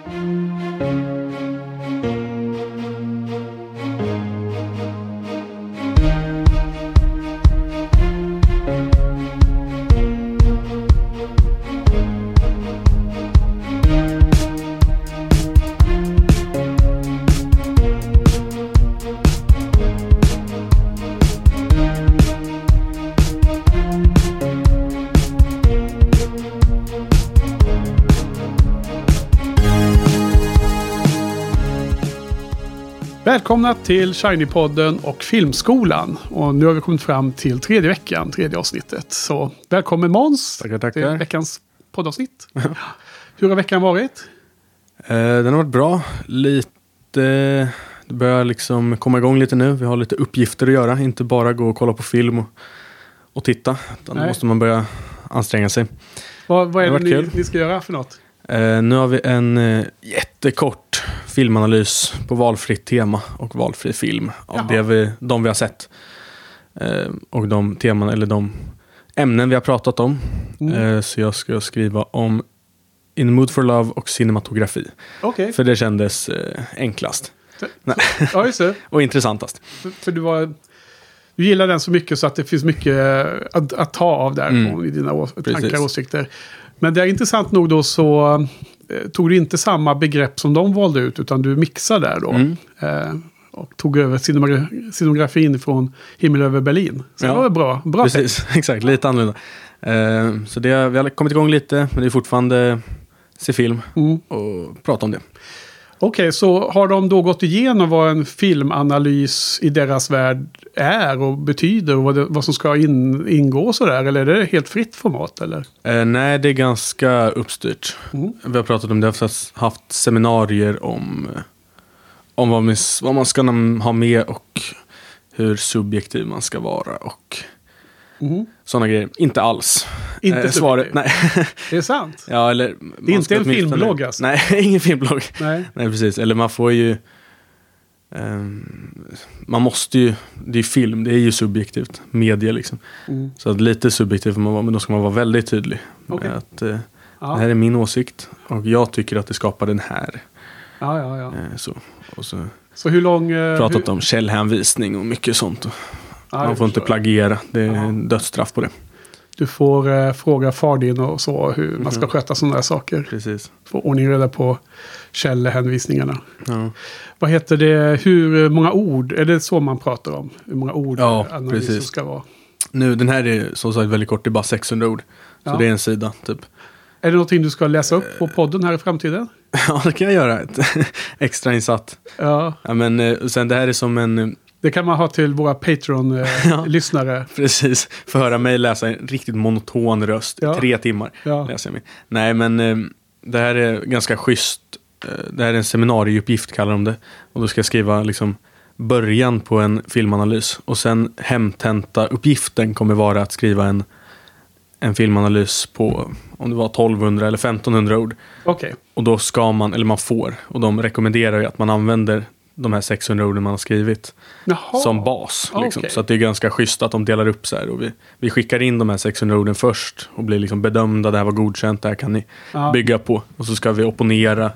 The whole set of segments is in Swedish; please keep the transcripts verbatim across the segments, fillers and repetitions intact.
Välkomna till Shiny-podden och Filmskolan. Och nu har vi kommit fram till tredje veckan, tredje avsnittet. Så välkommen Måns tackar, tackar. till veckans poddavsnitt. Hur har veckan varit? Eh, den har varit bra. Lite... Det börjar liksom komma igång lite nu. Vi har lite uppgifter att göra. Inte bara gå och kolla på film och, och titta. Utan då måste man börja anstränga sig. Vad, vad är det, det ni, ni ska göra för något? Eh, nu har vi en eh, jättekort filmanalys på valfritt tema och valfri film av det vi, de vi har sett. Eh, och de teman eller de ämnen vi har pratat om. Mm. Eh, så jag ska skriva om In the Mood for Love och cinematografi. Okay. För det kändes eh, enklast. Så, ja, just det. Och intressantast. För, för du var... Du gillar den så mycket så att det finns mycket att, att ta av där mm. i dina å- tankar och åsikter. Men det är intressant nog då så eh, tog du inte samma begrepp som de valde ut utan du mixade där då. Mm. Eh, och tog över cinema- cinemografin från Himmel över Berlin. Så ja. Det var bra. Bra Precis, tänkt. Exakt. Lite annorlunda. Eh, så det, vi har kommit igång lite men det är fortfarande se film mm. och prata om det. Okej, okay, så har de då gått igenom vad en filmanalys i deras värld är och betyder och vad, det, vad som ska in, ingå och sådär? Eller är det helt fritt format? Eller? Eh, nej, det är ganska uppstyrt. Mm. Vi har pratat om det, vi har haft seminarier om, om vad, man, vad man ska ha med och hur subjektiv man ska vara och mm. sådana grejer. Inte alls. Inte eh, svaret, nej. Det är sant. Ja, eller, det är inte en filmblogg alltså. Nej, ingen filmblogg. Nej. nej, precis. Eller man får ju... Um, man måste ju... Det är film, det är ju subjektivt. Media liksom. Mm. Så att lite subjektivt får man vara, men då ska man vara väldigt tydlig. Okay. Med att uh, ja. Det här är min åsikt. Och jag tycker att det skapar den här. Ja, ja, ja. Uh, så. Och så, så hur lång... Uh, pratat hur... om källhänvisning och mycket sånt. Och ja, man får inte plagiera. Det är ja. dödsstraff på det. Du får eh, fråga far din och så hur mm. man ska sköta sådana här saker. Precis. Få ordning reda på källhänvisningarna. Ja. Vad heter det? Hur många ord? Är det så man pratar om? Hur många ord ja, analysen precis. ska vara? Nu, den här är som sagt väldigt kort. Det är bara sexhundra ord. Så ja. Det är en sida typ. Är det någonting du ska läsa upp på podden här i framtiden? Ja, det kan jag göra. Ett extra insatt. Ja. Ja, men sen det här är som en... Det kan man ha till våra Patreon-lyssnare. Ja, precis. För höra mig läsa en riktigt monoton röst. Ja. Tre timmar ja. läser jag mig. Nej, men eh, det här är ganska schysst. Eh, det här är en seminarieuppgift kallar de det. Och då ska jag skriva liksom början på en filmanalys. Och sen hemtenta uppgiften kommer vara att skriva en, en filmanalys på om det var tolvhundra eller femtonhundra ord. Okej. Okay. Och då ska man, eller man får, och de rekommenderar ju att man använder de här sexhundra orden man har skrivit Jaha. Som bas. Liksom. Okay. Så att det är ganska schysst att de delar upp så här. Och vi, vi skickar in de här sexhundra orden först och blir liksom bedömda. Det här var godkänt, det här kan ni Aha. bygga på. Och så ska vi opponera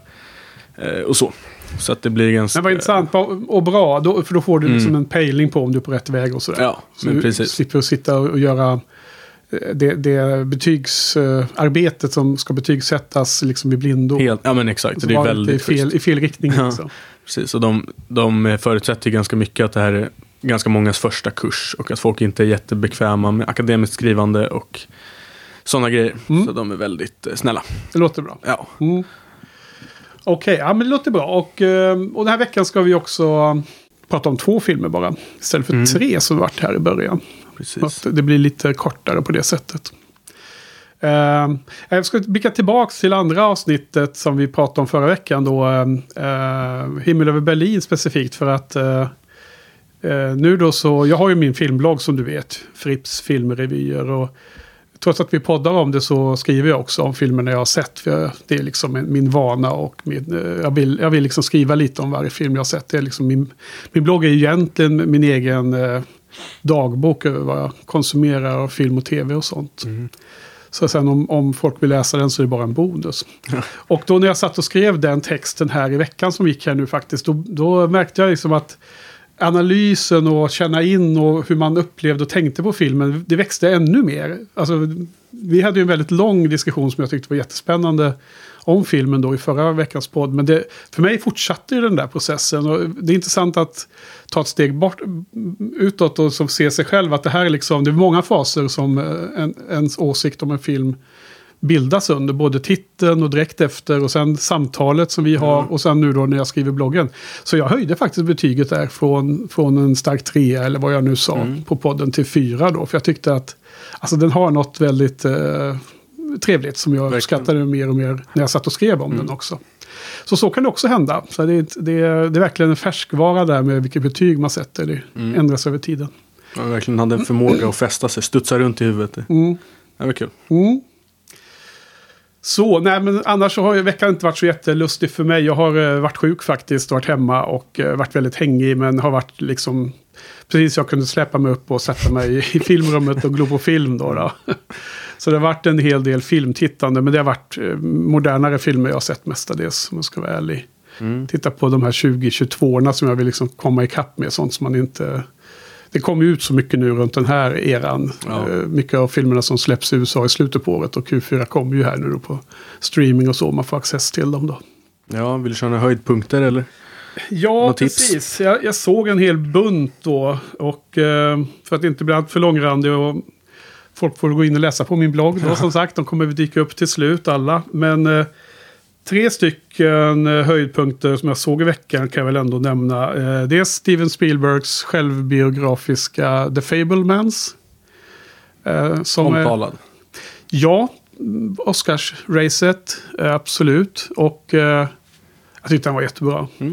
eh, och så. Så att det blir ganska... Men vad intressant och bra. Då, för då får du liksom mm. en pejling på om du är på rätt väg och sådär. Ja, så men du precis. slipper sitta och göra det, det betygsarbetet som ska betygsättas liksom i blindo. Helt, ja men exakt. Det är väldigt i fel, i fel riktning. Ja. Liksom. Precis, och de, de förutsätter ganska mycket att det här är ganska mångas första kurs och att folk inte är jättebekväma med akademiskt skrivande och sådana grejer. Mm. Så de är väldigt eh, snälla. Det låter bra. Ja. Mm. Okej, okay, ja men det låter bra. Och, och den här veckan ska vi också prata om två filmer bara. Istället för mm. tre som varit här i början. Precis. Att det blir lite kortare på det sättet. Uh, jag ska blicka tillbaka till andra avsnittet som vi pratade om förra veckan då. Uh, Himmel över Berlin specifikt för att uh, uh, nu då så, jag har ju min filmblogg som du vet, Frips filmrevyer, och trots att vi poddar om det så skriver jag också om filmerna jag har sett, för det är liksom en, min vana och min, uh, jag, vill, jag vill liksom skriva lite om varje film jag har sett. Det är liksom min, min blogg är ju egentligen min egen uh, dagbok över vad jag konsumerar av film och tv och sånt. Mm. Så sen om, om folk vill läsa den så är det bara en bonus. Ja. Och då när jag satt och skrev den texten här i veckan som gick här nu faktiskt, då, då märkte jag liksom att analysen och känna in och hur man upplevde och tänkte på filmen, det växte ännu mer. Alltså, vi hade ju en väldigt lång diskussion som jag tyckte var jättespännande om filmen då i förra veckans podd. Men det, för mig fortsatte ju den där processen. Och det är intressant att ta ett steg bort, utåt och som ser sig själv att det här är liksom, det är många faser som en, ens åsikt om en film bildas under. Både titeln och direkt efter och sen samtalet som vi har mm. och sen nu då när jag skriver bloggen. Så jag höjde faktiskt betyget där från, från en stark trea eller vad jag nu sa mm. på podden till fyra då. För jag tyckte att alltså, den har något väldigt eh, trevligt som jag uppskattade mer och mer när jag satt och skrev om mm. den också. Så så kan det också hända. Så det, det, det är verkligen en färskvara där med vilket betyg man sätter. Det mm. ändras över tiden. Ja, verkligen hade en förmåga att fästa sig, studsa runt i huvudet. Mm. Det var kul. Mm. Så, nej men annars så har ju veckan inte varit så jättelustig för mig. Jag har uh, varit sjuk faktiskt, varit hemma och uh, varit väldigt hängig. Men har varit liksom, precis jag kunde släppa mig upp och sätta mig i, i filmrummet och glo på film då. då. Så det har varit en hel del filmtittande. Men det har varit uh, modernare filmer jag har sett mestadels, om jag ska vara ärlig. Mm. Titta på de här tjugo tjugotvå-orna som jag vill liksom komma ikapp med. Sånt som man inte... Det kommer ut så mycket nu runt den här eran. Ja. Mycket av filmerna som släpps i U S A i slutet på året. Och Q fyra kommer ju här nu då på streaming och så. Man får access till dem då. Ja, vill du köra några höjdpunkter eller? Ja, något precis. Tips? Jag, jag såg en hel bunt då. Och eh, för att inte bli allt för långrandig och folk får gå in och läsa på min blogg då som sagt. De kommer att dyka upp till slut alla. Men... Eh, Tre stycken höjdpunkter som jag såg i veckan kan jag väl ändå nämna. Det är Steven Spielbergs självbiografiska The Fabelmans. Som omtalad. Är, ja, Oscars-racet, absolut. Och jag tyckte den var jättebra. Mm.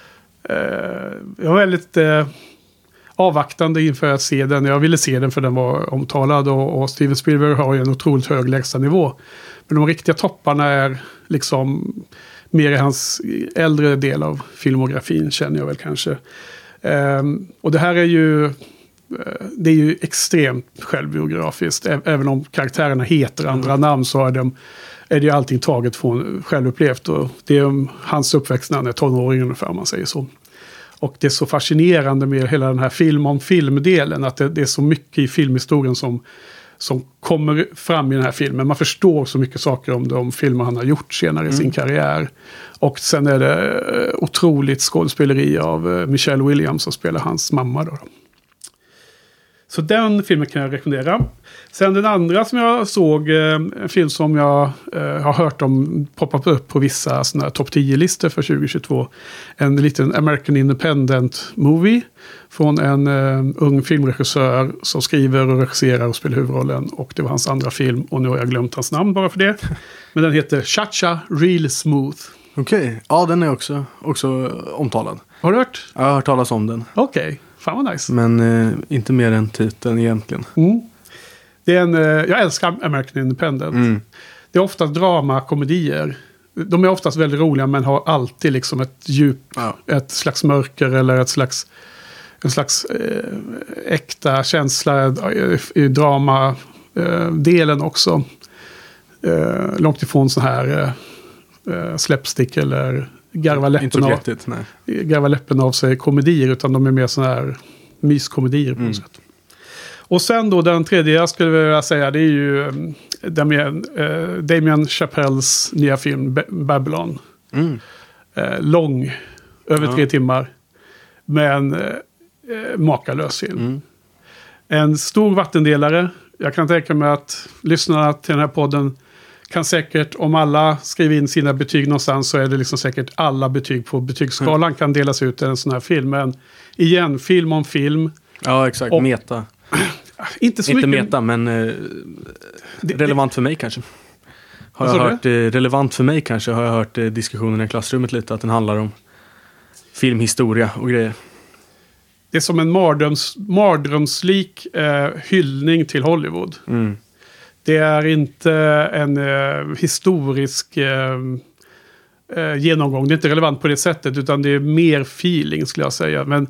Jag var väldigt avvaktande inför att se den. Jag ville se den för den var omtalad. Och, och Steven Spielberg har ju en otroligt hög lägsta nivå. Men de riktiga topparna är liksom mer i hans äldre del av filmografin känner jag väl kanske. Um, och det här är ju uh, det är ju extremt självbiografiskt. Ä- även om karaktärerna heter andra mm. namn så är, de, är det ju allting taget från självupplevt. Och det är um, hans uppväxt när han är tonåring ungefär om man säger så. Och det är så fascinerande med hela den här film om filmdelen. Att det, det är så mycket i filmhistorien som som kommer fram i den här filmen. Man förstår så mycket saker om de filmer han har gjort senare mm. i sin karriär. Och sen är det otroligt skådespeleri av Michelle Williams som spelar hans mamma då. Så den filmen kan jag rekommendera. Sen den andra som jag såg, en film som jag eh, har hört om poppat upp på vissa såna topp tio-listor för tjugo tjugotvå. En liten American Independent Movie från en eh, ung filmregissör som skriver och regisserar och spelar huvudrollen. Och det var hans andra film och nu har jag glömt hans namn bara för det. Men den heter Cha-Cha Real Smooth. Okej, okay. Ja den är också, också omtalad. Har du hört? Jag har hört talas om den. Okej. Okay. Fan vad nice. Men eh, inte mer än titeln egentligen. Mm. Det är en, eh, jag älskar American Independent. Mm. Det är oftast drama, komedier. De är oftast väldigt roliga men har alltid liksom ett djup, ja. ett slags mörker eller ett slags, en slags eh, äkta känsla i, i drama-delen eh, också. Eh, långt ifrån så här eh, slapstick eller... Garva läppen, av, garva läppen av sig komedier utan de är mer sådana här myskomedier på något mm. sätt. Och sen då den tredje jag skulle vilja säga det är ju um, Damien, uh, Damien Chappelles nya film B- Babylon. Mm. Uh, lång, över ja. tre timmar. Men uh, makalös film. Mm. En stor vattendelare. Jag kan tänka mig att lyssnarna till den här podden kan säkert, om alla skriver in sina betyg någonstans så är det liksom säkert alla betyg på betygsskalan mm. kan delas ut i en sån här film. Men igen, film om film. Ja, exakt. Och, meta. inte så inte mycket. meta, men eh, det, relevant det, för mig kanske. Har jag hört, eh, relevant för mig kanske har jag hört eh, diskussionen i klassrummet lite. Att den handlar om filmhistoria och grejer. Det är som en mardröms, mardrömslik eh, hyllning till Hollywood. Mm. Det är inte en eh, historisk eh, eh, genomgång. Det är inte relevant på det sättet utan det är mer feeling skulle jag säga. Men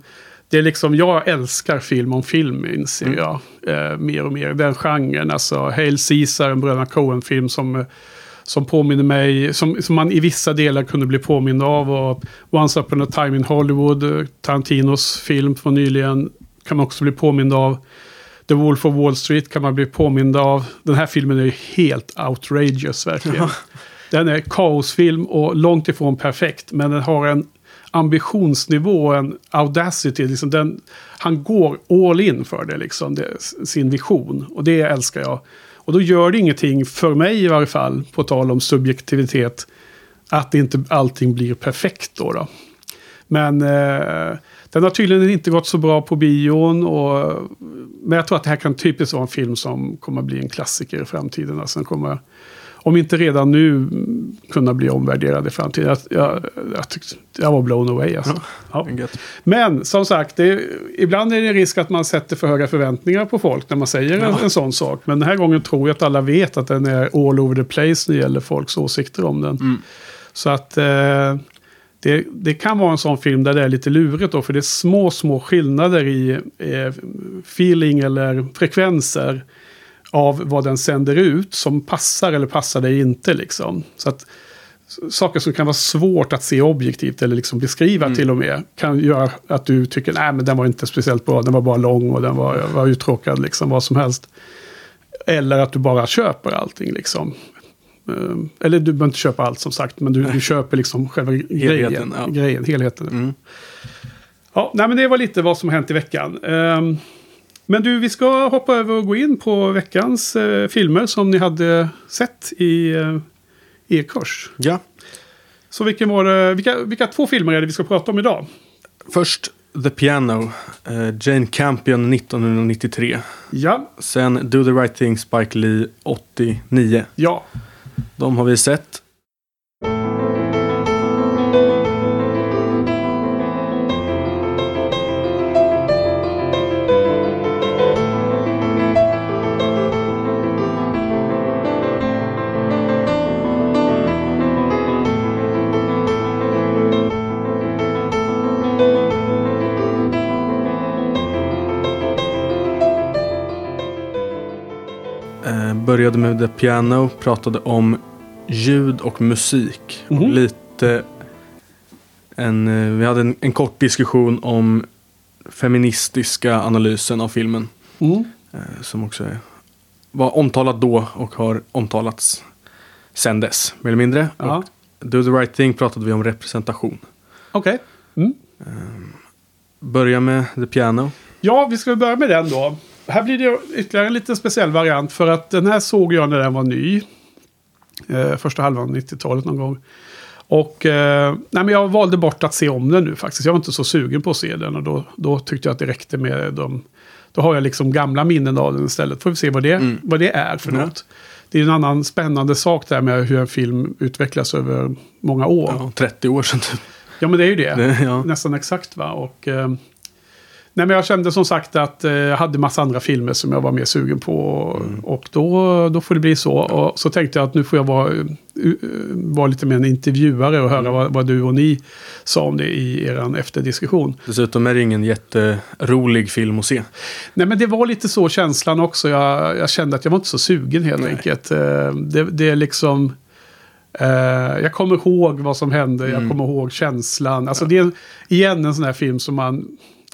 det är liksom, jag älskar film om film, inser mm. jag. Eh, mer och mer. Den genren, alltså Hail Caesar, en Bröderna Coen-film som, som påminner mig, som, som man i vissa delar kunde bli påmind av. Och Once Upon a Time in Hollywood, Tarantinos film från nyligen, kan man också bli påmind av. The Wolf of Wall Street kan man bli påmind av. Den här filmen är ju helt outrageous, verkligen. Ja. Den är kaosfilm och långt ifrån perfekt, men den har en ambitionsnivå, en audacity. Liksom den, han går all in för det, liksom, det, sin vision. Och det älskar jag. Och då gör det ingenting, för mig i varje fall, på tal om subjektivitet, att inte allting blir perfekt då. då. Men eh, den har tydligen inte gått så bra på bion. Och, men jag tror att det här kan typiskt vara en film som kommer att bli en klassiker i framtiden. Alltså den kommer, om inte redan nu, kunna bli omvärderad i framtiden. Jag, jag, jag, tyckte, jag var blown away. Alltså. Ja, ja. Men som sagt, det, ibland är det risk att man sätter för höga förväntningar på folk när man säger ja. en, en sån sak. Men den här gången tror jag att alla vet att den är all over the place när det gäller folks åsikter om den. Mm. Så att eh, det, det kan vara en sån film där det är lite lurigt då. För det är små, små skillnader i eh, feeling eller frekvenser av vad den sänder ut som passar eller passar dig inte liksom. Så att saker som kan vara svårt att se objektivt eller liksom beskriva mm. till och med kan göra att du tycker nej men den var inte speciellt bra, den var bara lång och den var, var uttråkad liksom, vad som helst. Eller att du bara köper allting liksom. Eller du behöver inte köpa allt som sagt, men du, du köper liksom själva helheten, grejen, ja. grejen, helheten. Mm. Ja, nej men det var lite vad som har hänt i veckan. Um, Men du, vi ska hoppa över och gå in på veckans eh, filmer som ni hade sett i eh, er kurs. Ja. Så vilken var det, vilka, vilka två filmer är det vi ska prata om idag? Först The Piano, eh, Jane Campion nittonhundranittiotre. Ja. Sen Do the Right Thing, Spike Lee åttionio. Ja. De har vi sett. Började med The Piano, pratade om ljud och musik. Mm-hmm. Och lite en, vi hade en, en kort diskussion om feministiska analysen av filmen. Mm. Eh, som också är, var omtalad då och har omtalats sen dess, mer eller mindre. Ja. Och Do the Right Thing pratade vi om representation. Okej. Okay. Mm. Eh, börja med The Piano. Ja, vi ska börja med den då. Här blir det ytterligare en lite speciell variant. För att den här såg jag när den var ny. Eh, första halvan av nittiotalet någon gång. Och eh, nej, men jag valde bort att se om den nu faktiskt. Jag var inte så sugen på att se den. Och då, då tyckte jag att det räckte med dem. Då har jag liksom gamla minnen av den istället. Får vi se vad det, mm. vad det är för mm. något. Det är en annan spännande sak där med hur en film utvecklas över många år. Ja, trettio år sedan typ. Ja, men det är ju det. det ja. Nästan exakt va. Och... Eh, Nej, men jag kände som sagt att eh, jag hade massa andra filmer som jag var mer sugen på. Mm. Och då, då får det bli så. Och så tänkte jag att nu får jag vara, uh, vara lite mer en intervjuare och höra mm. vad, vad du och ni sa om det i er efterdiskussion. Dessutom är det ingen jätterolig film att se. Nej, men det var lite så känslan också. Jag, jag kände att jag var inte så sugen helt Nej. enkelt. Uh, det, det är liksom... Uh, jag kommer ihåg vad som hände. Mm. Jag kommer ihåg känslan. Alltså ja. det är igen en sån här film som man...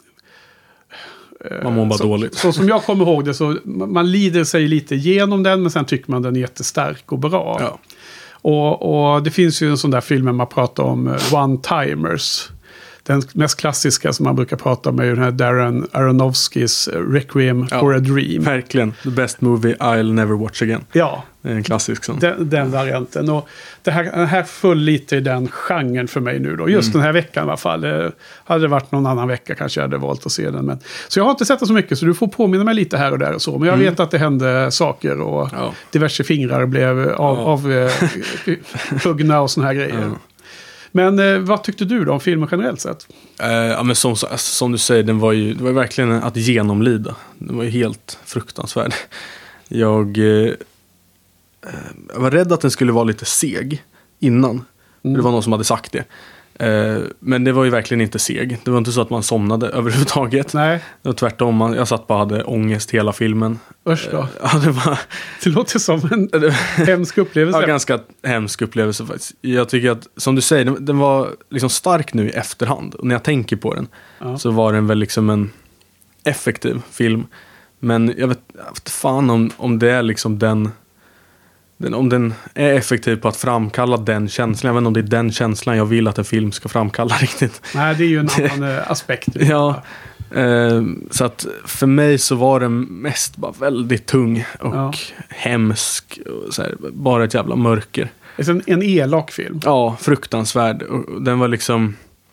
Man mår bara så, dåligt. Så som jag kommer ihåg det så man lider sig lite genom den men sen tycker man den är jättestark och bra. Ja. Och, och det finns ju en sån där film man pratar om one-timers. Den mest klassiska som man brukar prata om är den här Darren Aronofskys Requiem ja, for a Dream. Verkligen. The best movie I'll never watch again. Ja. Det är en klassisk sån. Den, den varianten. Och det här, den här föll lite i den genren för mig nu då. Just mm. den här veckan i alla fall. Det hade det varit någon annan vecka kanske jag hade valt att se den. Men, så jag har inte sett den så mycket så du får påminna mig lite här och där och så. Men jag mm. vet att det hände saker och ja. diverse fingrar blev av, ja. av eh, huggna och såna här grejer. Ja. Men eh, vad tyckte du då om filmen generellt sett? Uh, ja, men som, som du säger, den var ju, det var verkligen att genomlida. Den var ju helt fruktansvärd. Jag, uh, jag var rädd att den skulle vara lite seg innan. Mm. Det var någon som hade sagt det. Eh, men det var ju verkligen inte seg. Det var inte så att man somnade överhuvudtaget. Nej. Det var tvärtom. Man, jag satt bara och hade ångest hela filmen. Usch då. Eh, ja, det, var, det låter som en hemsk upplevelse. Ja, ganska hemsk upplevelse faktiskt. Jag tycker att, som du säger, den, den var liksom stark nu i efterhand. Och när jag tänker på den ja. så var den väl liksom en effektiv film. Men jag vet, jag vet fan om, om det är liksom den... Den, om den är effektiv på att framkalla den känslan. Jag vet inte om det är den känslan jag vill att en film ska framkalla riktigt. Nej, det är ju en annan aspekt. Ja, eh, så att för mig så var den mest bara väldigt tung och ja. hemsk. Och så här, bara ett jävla mörker. Det är en, en elak film. Ja, fruktansvärd. Och den var liksom...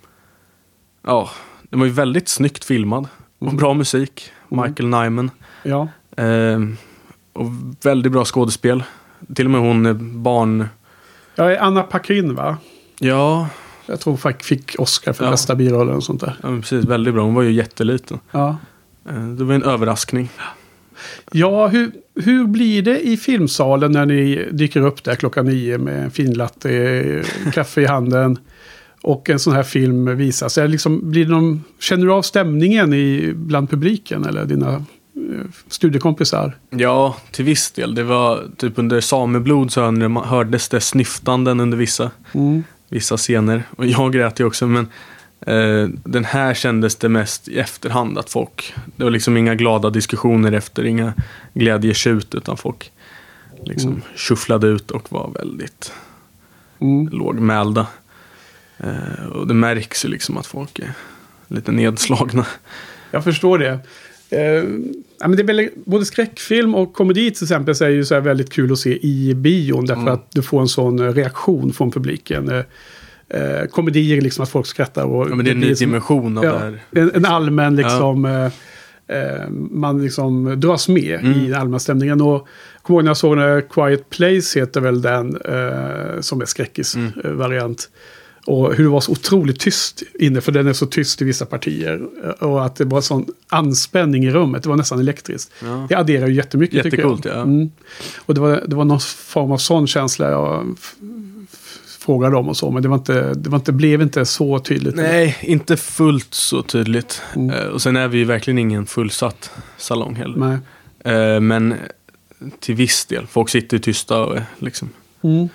Ja, den var ju väldigt snyggt filmad. Och bra musik. Michael mm. Nyman. Ja. Eh, och väldigt bra skådespel. Till och med hon är barn... Ja, Anna Paquin, va? Ja. Jag tror hon fick Oscar för ja. bästa birollen och sånt där. Ja, precis. Väldigt bra. Hon var ju jätteliten. Ja. Det var en överraskning. Ja, hur, hur blir det i filmsalen när ni dyker upp där klockan nio med en finlatte, kaffe i handen och en sån här film visas? Är liksom, blir det någon, känner du av stämningen i, bland publiken eller dina... studiekompisar? Ja, till viss del. Det var typ under Sameblod så hördes det snyftanden under vissa, mm. vissa scener. Och jag grät ju också, men eh, den här kändes det mest i efterhand att folk, det var liksom inga glada diskussioner efter, inga glädjetjut, utan folk liksom mm. shufflade ut och var väldigt mm. lågmälda. Eh, och det märks ju liksom att folk är lite nedslagna. Jag förstår det. Uh, ja, men det är väl, både skräckfilm och komedi till exempel så är ju så här väldigt kul att se i bion därför mm. att du får en sån reaktion från publiken. Uh, uh, komedier liksom att folk skrattar och ja, men det är en ny dimension av ja, det här. En, en allmän liksom ja. uh, uh, man liksom dras med mm. i den allmänna stämningen. Och kommer ihåg när jag såg när Quiet Place heter väl den uh, som är skräckis mm. uh, variant. Och hur det var så otroligt tyst inne, för den är så tyst i vissa partier. Och att det var sån anspänning i rummet. Det var nästan elektriskt. Ja. Det adderar ju jättemycket, tycker jag. Jättekult, ja. Mm. Och det var, det var någon form av sån känsla jag f- f- frågade om och så. Men det, var inte, det var inte, blev inte så tydligt. Nej, inte fullt så tydligt. Mm. Uh, och sen är vi ju verkligen ingen fullsatt salong heller. Nej. Uh, men till viss del. Folk sitter tysta och liksom... Mm.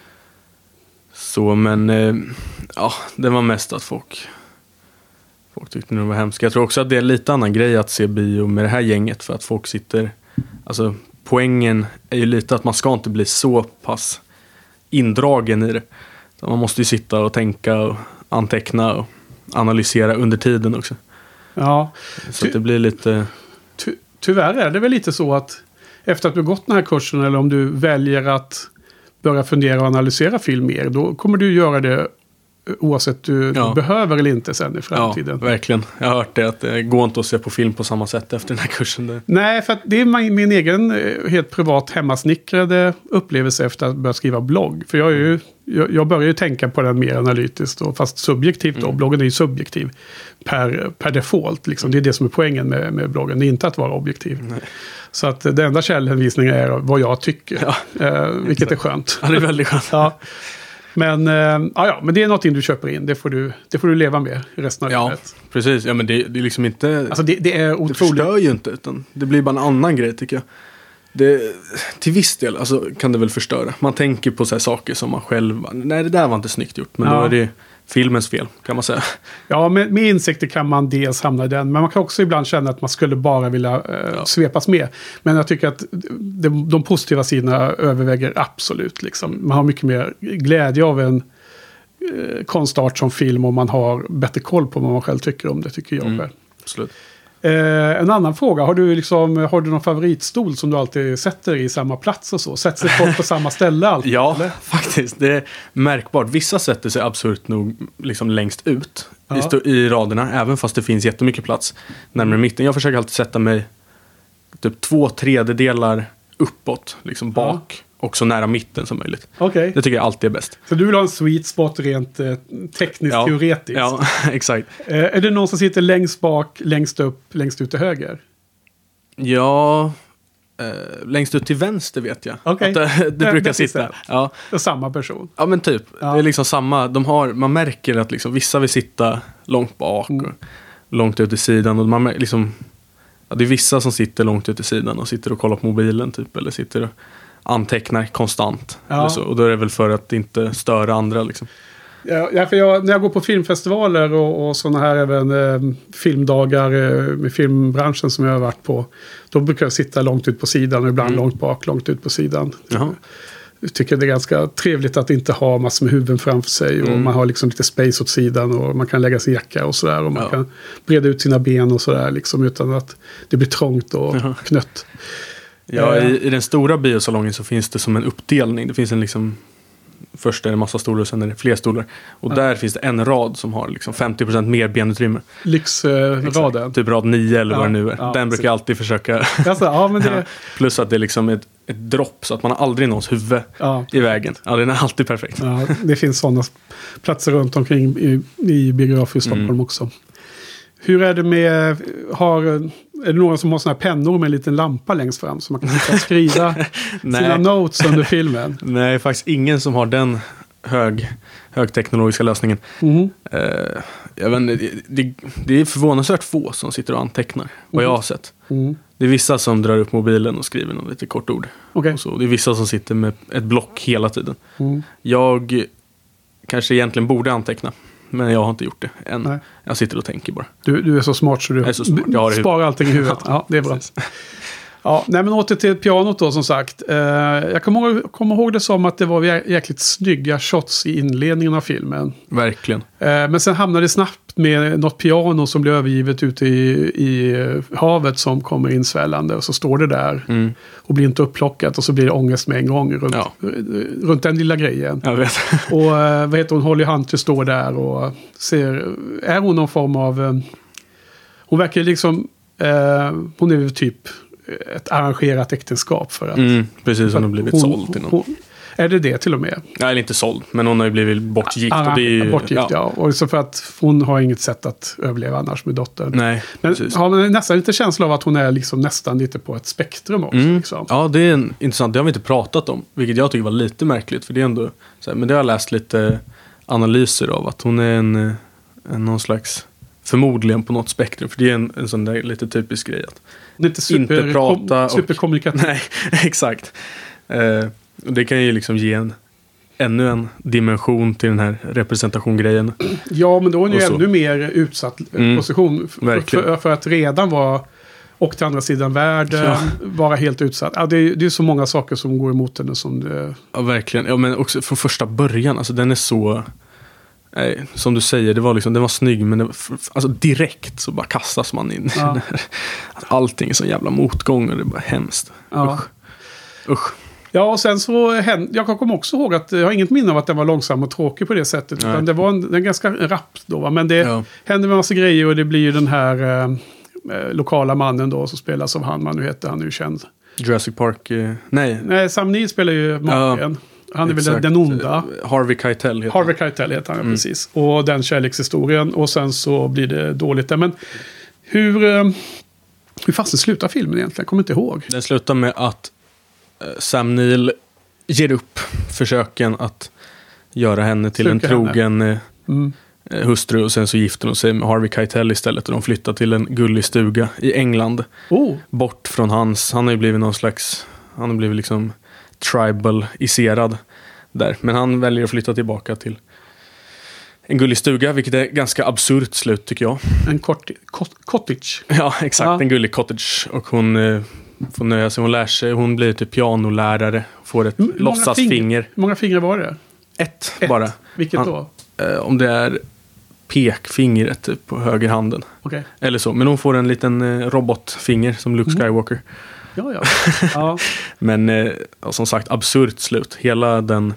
Så, men eh, ja, det var mest att folk folk tyckte det var hemskt. Jag tror också att det är lite annan grej att se bio med det här gänget, för att folk sitter, alltså poängen är ju lite att man ska inte bli så pass indragen i det. Man måste ju sitta och tänka och anteckna och analysera under tiden också. Ja. Så att det blir lite... Ty- tyvärr är det väl lite så att efter att du gått den här kursen, eller om du väljer att börja fundera och analysera film mer, då kommer du göra det oavsett du ja. behöver eller inte sen i framtiden. Ja, verkligen. Jag har hört det, att det går inte att se på film på samma sätt efter den här kursen. Där. Nej, för att det är min, min egen helt privat hemmasnickrade upplevelse efter att börja skriva blogg. För jag, är ju, jag, jag börjar ju tänka på den mer analytiskt, och fast subjektivt då. Mm. Bloggen är ju subjektiv per, per default. Liksom. Det är det som är poängen med, med bloggen. Det är inte att vara objektiv. Nej. Så att det enda källhänvisningen är vad jag tycker. Ja, eh, vilket exakt. är skönt. Ja, det är väldigt skönt. Ja. Men, eh, ja, ja, men det är någonting du köper in. Det får du, det får du leva med resten av ja, livet. Ja, precis. Ja, men det, det är liksom inte... Alltså det, det är otroligt... Det förstör ju inte, utan det blir bara en annan grej, tycker jag. Det, till viss del alltså, kan det väl förstöra. Man tänker på så här saker som man själv... Nej, det där var inte snyggt gjort. Men ja. då är det filmens fel, kan man säga. Ja, med, med insikter kan man dels hamna i den. Men man kan också ibland känna att man skulle bara vilja eh, ja. svepas med. Men jag tycker att de, de positiva sidorna överväger absolut. Liksom. Man har mycket mer glädje av en eh, konstart som film, om man har bättre koll på vad man själv tycker om det, tycker jag. Mm, absolut. Eh, en annan fråga, har du, liksom, har du någon favoritstol som du alltid sätter i samma plats och så? Sätter sig folk på samma ställe alltid? Ja, eller? Faktiskt. Det är märkbart. Vissa sätter sig absurt nog liksom längst ut ja. i, st- i raderna, även fast det finns jättemycket plats närmare mitten. Jag försöker alltid sätta mig typ två tredjedelar uppåt, liksom bak. Ja. Och så nära mitten som möjligt. Okay. Det tycker jag alltid är bäst. Så du vill ha en sweet spot rent eh, tekniskt, ja. teoretiskt? Ja, exakt. Eh, är det någon som sitter längst bak, längst upp, längst ut till höger? Ja, Uh, längst ut till vänster vet jag. Okay. Att det, det brukar det sitta. Ja. Det är samma person. Ja, men typ. Ja. Det är liksom samma. De har, man märker att liksom, vissa vill sitta långt bak mm. och långt ut i sidan. Och man liksom, ja, det är vissa som sitter långt ut i sidan och sitter och kollar på mobilen typ. Eller sitter och antecknar konstant. Ja. Eller så. Och då är det väl för att inte störa andra liksom. Ja, för jag, när jag går på filmfestivaler och, och sådana här även eh, filmdagar eh, med filmbranschen som jag har varit på. Då brukar jag sitta långt ut på sidan och ibland mm. långt bak, långt ut på sidan. Jaha. Jag tycker det är ganska trevligt att inte ha massor med huvuden framför sig. Mm. Och man har liksom lite space åt sidan och man kan lägga sin jacka och sådär. Och man ja. kan breda ut sina ben och sådär liksom utan att det blir trångt och Jaha. knött. Ja, eh. i, i den stora biosalongen så finns det som en uppdelning. Det finns en liksom... Först är det en massa stolar och sen är det fler stolar. Och ja. där finns det en rad som har liksom femtio procent mer benutrymme. Lyxraden. Eh, typ rad nio eller ja. vad det nu är. Ja, Den brukar jag alltid försöka. Alltså, ja, men det... Plus att det är liksom ett, ett dropp så att man har aldrig någons huvud ja. i vägen. Ja, den är alltid perfekt. Ja, det finns sådana platser runt omkring i, i biografer i Stockholm mm. också. Hur är det med, har, är det någon som har såna här pennor med en liten lampa längst fram så man kan skriva sina notes under filmen? Nej, faktiskt ingen som har den hög, högteknologiska lösningen. Mm. Uh, jag vet inte, det, det, det är förvånansvärt få som sitter och antecknar, vad jag har sett. Mm. Det är vissa som drar upp mobilen och skriver något lite kort ord. Okay. Och så. Det är vissa som sitter med ett block hela tiden. Mm. Jag kanske egentligen borde anteckna. Men jag har inte gjort det än. Nej. Jag sitter och tänker bara. Du, du är så smart så du är så smart. Jag sparar allting i huvudet. Ja, det är bra. Ja, nej, men åter till pianot då som sagt. Eh, jag kommer ihåg, kommer ihåg det som att det var jäkligt snygga shots i inledningen av filmen. Verkligen. Eh, men sen hamnade det snabbt med något piano som blir övergivet ute i, i havet som kommer insvällande. Och så står det där mm. och blir inte upplockat och så blir det ångest med en gång runt, ja. runt den lilla grejen. Jag vet. Och eh, vad heter hon? Holly Hunter står där och ser, är hon någon form av, eh, hon verkar liksom, eh, hon är ju typ ett arrangerat äktenskap för att... Mm, precis, hon har blivit hon, såld till någon. Hon, är det det till och med? Nej, eller inte såld, men hon har ju blivit bortgift. Ah, och det är ju, bortgift, ja. ja. Och så för att hon har inget sätt att överleva annars med dottern. Nej, men precis. Har man nästan lite känsla av att hon är liksom nästan lite på ett spektrum också. Mm. Liksom. Ja, det är en, intressant. Det har vi inte pratat om, vilket jag tycker var lite märkligt. För det är ändå, så här, men det har jag läst lite analyser av, att hon är en, en någon slags... Förmodligen på något spektrum. För det är en, en sån där lite typisk grej. Att inte, super, inte prata. Kom, superkommunikativ. Nej, exakt. Eh, och det kan ju liksom ge en ännu en dimension till den här representationgrejen. Ja, men då är hon ju ännu mer utsatt mm, position. För, för, för att redan vara och till andra sidan världen ja. vara helt utsatt. Ja, det, är, det är så många saker som går emot henne som det... Ja, verkligen. Ja, men också från första början. Alltså den är så... Nej, som du säger, det var liksom, den var snygg, men det var, alltså direkt så bara kastas man in. Ja. Allting är så jävla motgång och det är bara hemskt. Ja. Usch. Usch. Ja, och sen så hände, jag kommer också ihåg att jag har inget minne av att den var långsam och tråkig på det sättet. Utan det var en, en ganska rapp då, va? Men det ja. hände med massa grejer och det blir ju den här eh, lokala mannen då som spelas av han, man nu heter han nu känd. Jurassic Park, eh, nej. Nej, Sam Neill spelar ju maken. Ja. Han är Exakt. väl den onda. Harvey Keitel heter Harvey Keitel heter han, mm. precis. Och den kärlekshistorien. Och sen så blir det dåligt där. Men hur, hur fast slutar filmen egentligen? Jag kommer inte ihåg. Den slutar med att Sam Neill ger upp försöken att göra henne till Sluka en trogen mm. hustru. Och sen så gifter hon sig med Harvey Keitel istället. Och de flyttar till en gullig stuga i England. Oh. Bort från hans... Han har ju blivit någon slags... Han har blivit liksom... tribal-iserad där. Men han väljer att flytta tillbaka till en gullig stuga, vilket är ganska absurt slut tycker jag. En kort, kot, cottage. Ja, exakt. Ja. En gullig cottage. Och hon eh, får nöja sig. Hon lär sig. Hon blir typ pianolärare. Får ett M- låtsasfinger. Hur många fingrar var det? Ett, Ett. bara. Vilket då? Han, eh, om det är pekfingret typ, på högerhanden. Okay. Eller så. Men hon får en liten eh, robotfinger som Luke mm. Skywalker. Ja, ja. ja. Men eh, som sagt, absurt slut. Hela den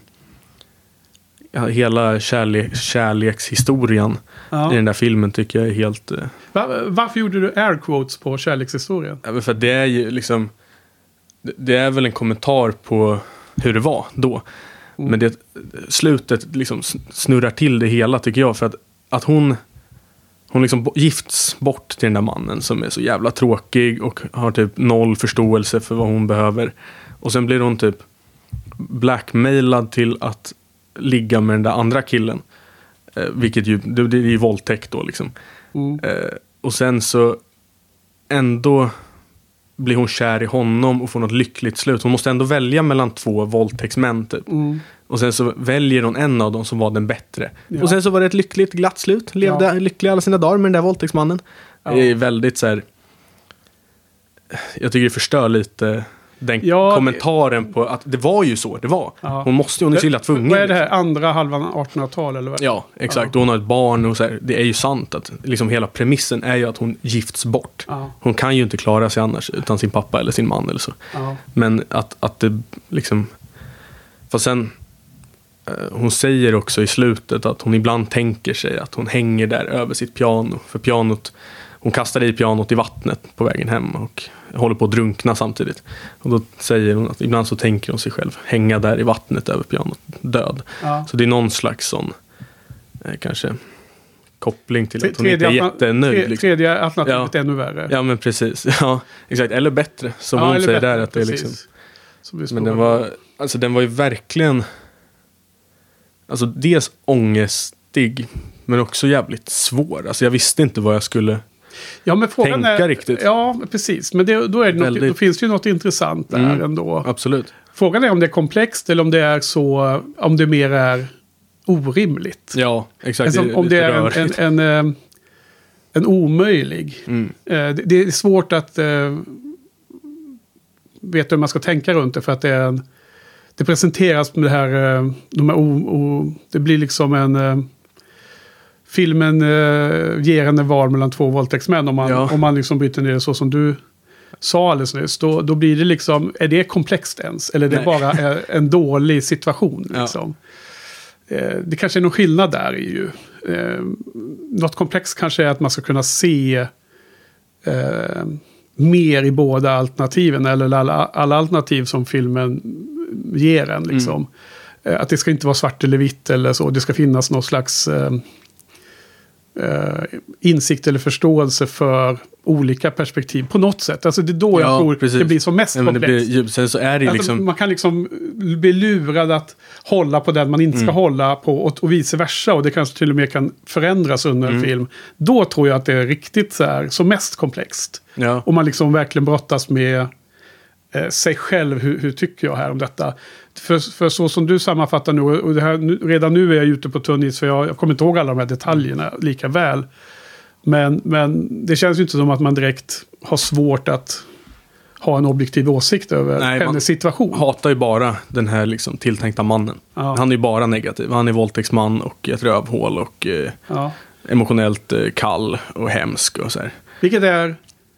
ja, hela kärlek, kärlekshistorien ja. i den där filmen tycker jag är helt... Eh... Var, varför gjorde du air quotes på kärlekshistorien? Ja, för det är ju liksom... Det, det är väl en kommentar på hur det var då. Mm. Men det slutet liksom snurrar till det hela tycker jag. För att, att hon... hon liksom gifts bort till den där mannen som är så jävla tråkig och har typ noll förståelse för vad hon behöver. Och sen blir hon typ blackmailad till att ligga med den där andra killen. Eh, vilket ju, det, det är ju våldtäkt då liksom. Mm. Eh, och sen så ändå blir hon kär i honom och får något lyckligt slut. Hon måste ändå välja mellan två våldtäktsmän typ. Mm. Och sen så väljer hon en av dem som var den bättre. Ja. Och sen så var det ett lyckligt, glatt slut. Levde ja. lycklig alla sina dagar med den där våldtäktsmannen. Ja. Det är väldigt så här... Jag tycker det förstör lite den ja, kommentaren på att det var ju så det var. Ja. Hon måste, hon är så illa tvungen. Vad är det här? Andra halvan artonhundratal eller vad? Ja, exakt. Ja. Hon har ett barn och så här, det är ju sant att liksom hela premissen är ju att hon gifts bort. Ja. Hon kan ju inte klara sig annars utan sin pappa eller sin man eller så. Ja. Men att, att det liksom... Fast sen... Hon säger också i slutet att hon ibland tänker sig att hon hänger där över sitt piano. För pianot, hon kastar i pianot i vattnet på vägen hem och håller på att drunkna samtidigt. Och då säger hon att ibland så tänker hon sig själv hänga där i vattnet över pianot, död. Ja. Så det är någon slags sån eh, kanske koppling till att hon inte är jättenöjd. Tre, liksom. Tredje alternativet ja. är ännu värre. Ja, men precis. Ja, exakt. Eller bättre, som ja, hon säger bättre, där. Att det är liksom, men den var, alltså, den var ju verkligen... Alltså dels ångestig men också jävligt svår. Alltså jag visste inte vad jag skulle ja, men frågan tänka är, riktigt. Ja, precis. Men det, då, är det något, då finns det ju något intressant där mm, ändå. Absolut. Frågan är om det är komplext eller om det är så, om det mer är orimligt. Ja, exakt. Alltså, det, om det är en, en, en, en omöjlig. Mm. Det, det är svårt att uh, veta hur man ska tänka runt det för att det är en det presenteras med det här, de här o, o, det blir liksom en uh, filmen uh, ger en val mellan två våldtäktsmän om man, ja. om man liksom bryter ner det så som du sa alldeles nyss, då, då blir det liksom, är det komplext ens? Eller är det Nej. bara uh, en dålig situation liksom? Ja. Uh, det kanske är någon skillnad där i ju. Uh, något komplext kanske är att man ska kunna se uh, mer i båda alternativen eller alla, alla alternativ som filmen ger en liksom. Mm. Att det ska inte vara svart eller vitt eller så. Det ska finnas någon slags eh, eh, insikt eller förståelse för olika perspektiv på något sätt. Alltså det är då jag ja, tror precis. det blir som mest komplext. Ja, sen så är det alltså, liksom... Man kan liksom bli lurad att hålla på den man inte ska mm. hålla på och, och vice versa. Och det kanske till och med kan förändras under mm. en film. Då tror jag att det är riktigt så här, som mest komplext. Ja. Och man liksom verkligen brottas med eh, sig själv. Hur, hur tycker jag här om detta? För, för så som du sammanfattar nu, och det här, nu, redan nu är jag ute på tunn is för jag, jag kommer inte ihåg alla de här detaljerna lika väl. Men, men det känns ju inte som att man direkt har svårt att ha en objektiv åsikt över Nej, hennes situation. Hatar ju bara den här liksom tilltänkta mannen. Ja. Han är ju bara negativ. Han är våldtäktsman och ett rövhål och eh, ja. emotionellt eh, kall och hemsk och så här. Vilket är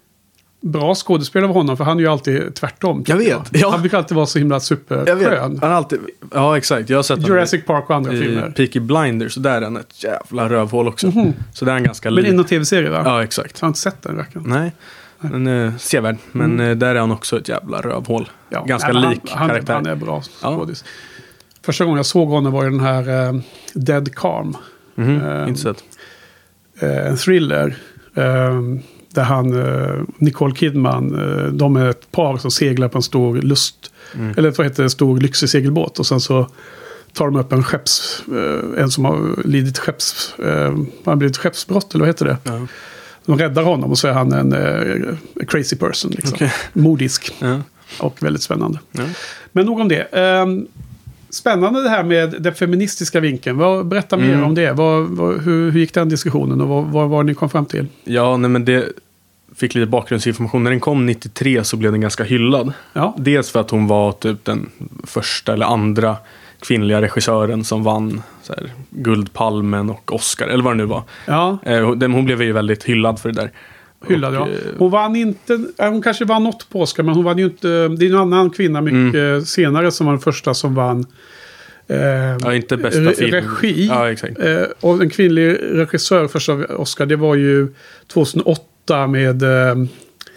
bra skådespel av honom, för han är ju alltid tvärtom. Jag vet. Jag. Ja. Han brukar alltid vara så himla superskön. Han alltid, ja, exakt. Jag har sett Jurassic Park och andra i filmer. Peaky Blinders, så där är han ett jävla rövhål också. Mm-hmm. Så där är han ganska lik. Men i någon tv-serie, va? Ja, exakt. Jag har inte sett den, verkligen. Nej, men uh, sevärd. Men mm. uh, där är han också ett jävla rövhål. Ja. Ganska nej, lik han, karaktär. Han är bra skådis. Ja. Första gången jag såg honom var ju den här uh, Dead Calm. Mm-hmm. Uh, inte sett. Uh, en thriller. Uh, Där han, uh, Nicole Kidman, uh, de är ett par som seglar på en stor lust, mm. eller vad heter det, en stor lyxig segelbåt. Och sen så tar de upp en skepps, uh, en som har lidit skepps, uh, han har blivit skeppsbrott, eller vad heter det? Ja. De räddar honom och så är han en uh, crazy person, liksom. Okay. Modisk. Ja. Och väldigt spännande. Ja. Men nog om det. Um, Spännande det här med den feministiska vinkeln. Vad, berätta mer mm. om det. Vad, vad, hur, hur gick den diskussionen och vad, vad var ni kom fram till? Ja, nej, men det fick lite bakgrundsinformation. När den kom nittiotre så blev den ganska hyllad. Ja. Dels för att hon var typ den första eller andra kvinnliga regissören som vann så här, Guldpalmen och Oscar, eller vad det nu var. Ja. Eh, hon blev ju väldigt hyllad för det där. Hyllad, och, ja. Hon vann inte, hon kanske vann något på Oscar, men hon vann ju inte, det är en annan kvinna mycket mm. senare som var den första som vann eh, ja, inte bästa re- film. regi. Ja, exakt. Eh, och en kvinnlig regissör första Oscar, det var ju tjugohundraåtta med eh,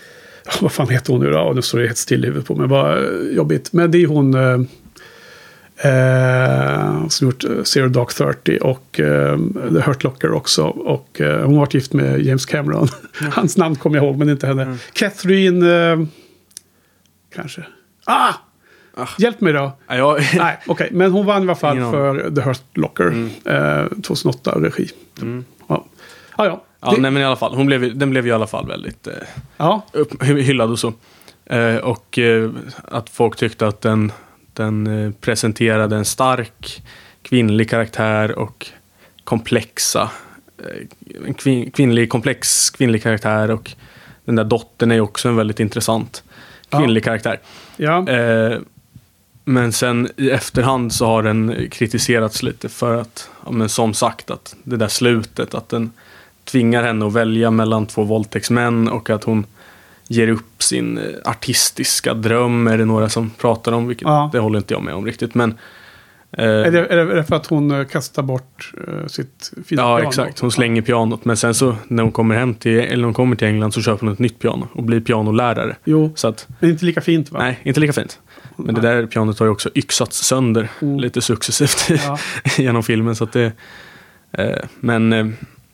vad fan heter hon nu då? Nu står det helt still i huvudet på mig, vad jobbigt. Men det är hon eh, Eh, som gjort Zero Dark Thirty och eh, The Hurt Locker också. Och eh, hon var gift med James Cameron. Mm. Hans namn kommer jag ihåg, men inte henne. Mm. Catherine... Eh, kanske. Ah! ah! Hjälp mig då. Ah, jag... Nej, okej. Okay. Men hon vann i alla fall för The Hurt Locker. Mm. Eh, tjugohundraåtta regi. Mm. Ja. Ah, ja. Ja, det... nej, men i alla fall. Hon blev, den blev i alla fall väldigt eh, ja. upp, hyllad och så. Eh, och eh, att folk tyckte att den, den eh, presenterade en stark kvinnlig karaktär och komplexa eh, en kvin, kvinnlig, komplex kvinnlig karaktär, och den där dottern är också en väldigt intressant kvinnlig ja. karaktär. Ja. Eh, men sen i efterhand så har den kritiserats lite för att, ja, men som sagt, att det där slutet, att den tvingar henne att välja mellan två våldtäktsmän och att hon ger upp sin artistiska dröm, är det några som pratar om, vilket ja. det håller inte jag med om riktigt, men eh, är, det, är det för att hon kastar bort uh, sitt fina ja, piano? Ja, exakt. Hon slänger pianot, men sen så när hon kommer hem till, eller när hon kommer till England, så köper hon ett nytt piano och blir pianolärare. Jo, så att, men inte lika fint, va? Nej, inte lika fint. Men nej. Det där pianot har ju också yxats sönder mm. lite successivt ja. genom filmen, så att det eh, men eh,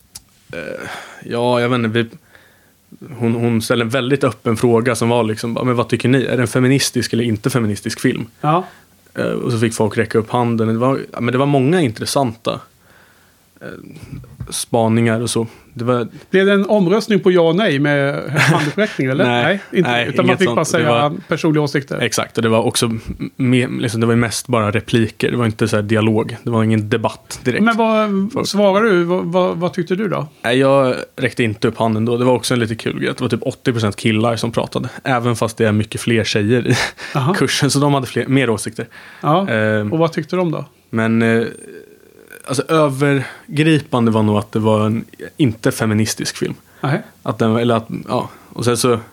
ja, jag vet inte, vi, hon, hon ställde en väldigt öppen fråga som var liksom, men vad tycker ni? Är det en feministisk eller inte feministisk film? Ja. Uh, och så fick folk räcka upp handen. Det var, men det var många intressanta uh, spaningar och så. Det var... Blev det en omröstning på ja och nej med handuppräckning eller? nej, nej, inte, nej, utan man fick sånt. bara säga var, personliga åsikter. Exakt, och det var också med, liksom, det var mest bara repliker. Det var inte så här dialog. Det var ingen debatt direkt. Men vad Folk. svarade du? Vad, vad, vad tyckte du då? Nej, jag räckte inte upp handen då. Det var också en lite kul grej. Det var typ åttio procent killar som pratade. Även fast det är mycket fler tjejer i Aha. kursen. Så de hade fler, mer åsikter. Ja. Eh, och vad tyckte de då? Men... Eh, alltså övergripande var nog att det var en inte feministisk film. Okay. Att den, eller att, ja, och sen så